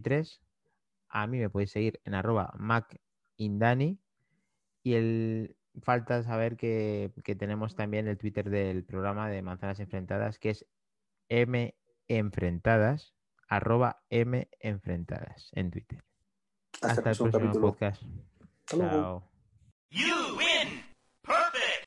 @treki23. A mí me podéis seguir en @macindani. Y falta saber que tenemos también el Twitter del programa de Manzanas Enfrentadas, que es menfrentadas, @menfrentadas en Twitter. Hasta el Hasta el próximo próximo capítulo. podcast. Hasta luego. Chao. You win! Perfect!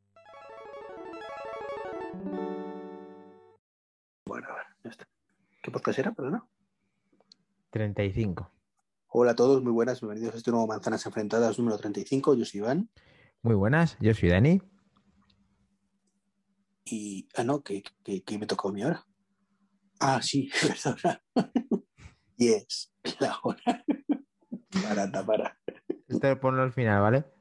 Bueno, ya está. ¿Qué podcast era? Perdona. 35. Hola a todos, muy buenas, bienvenidos a este nuevo Manzanas Enfrentadas número 35. Yo soy Iván. Muy buenas, yo soy Dani. Y. No, que me tocó a mí ahora. Ah, sí, perdona. Yes, la hora. Para. Esto ponlo al final, ¿vale?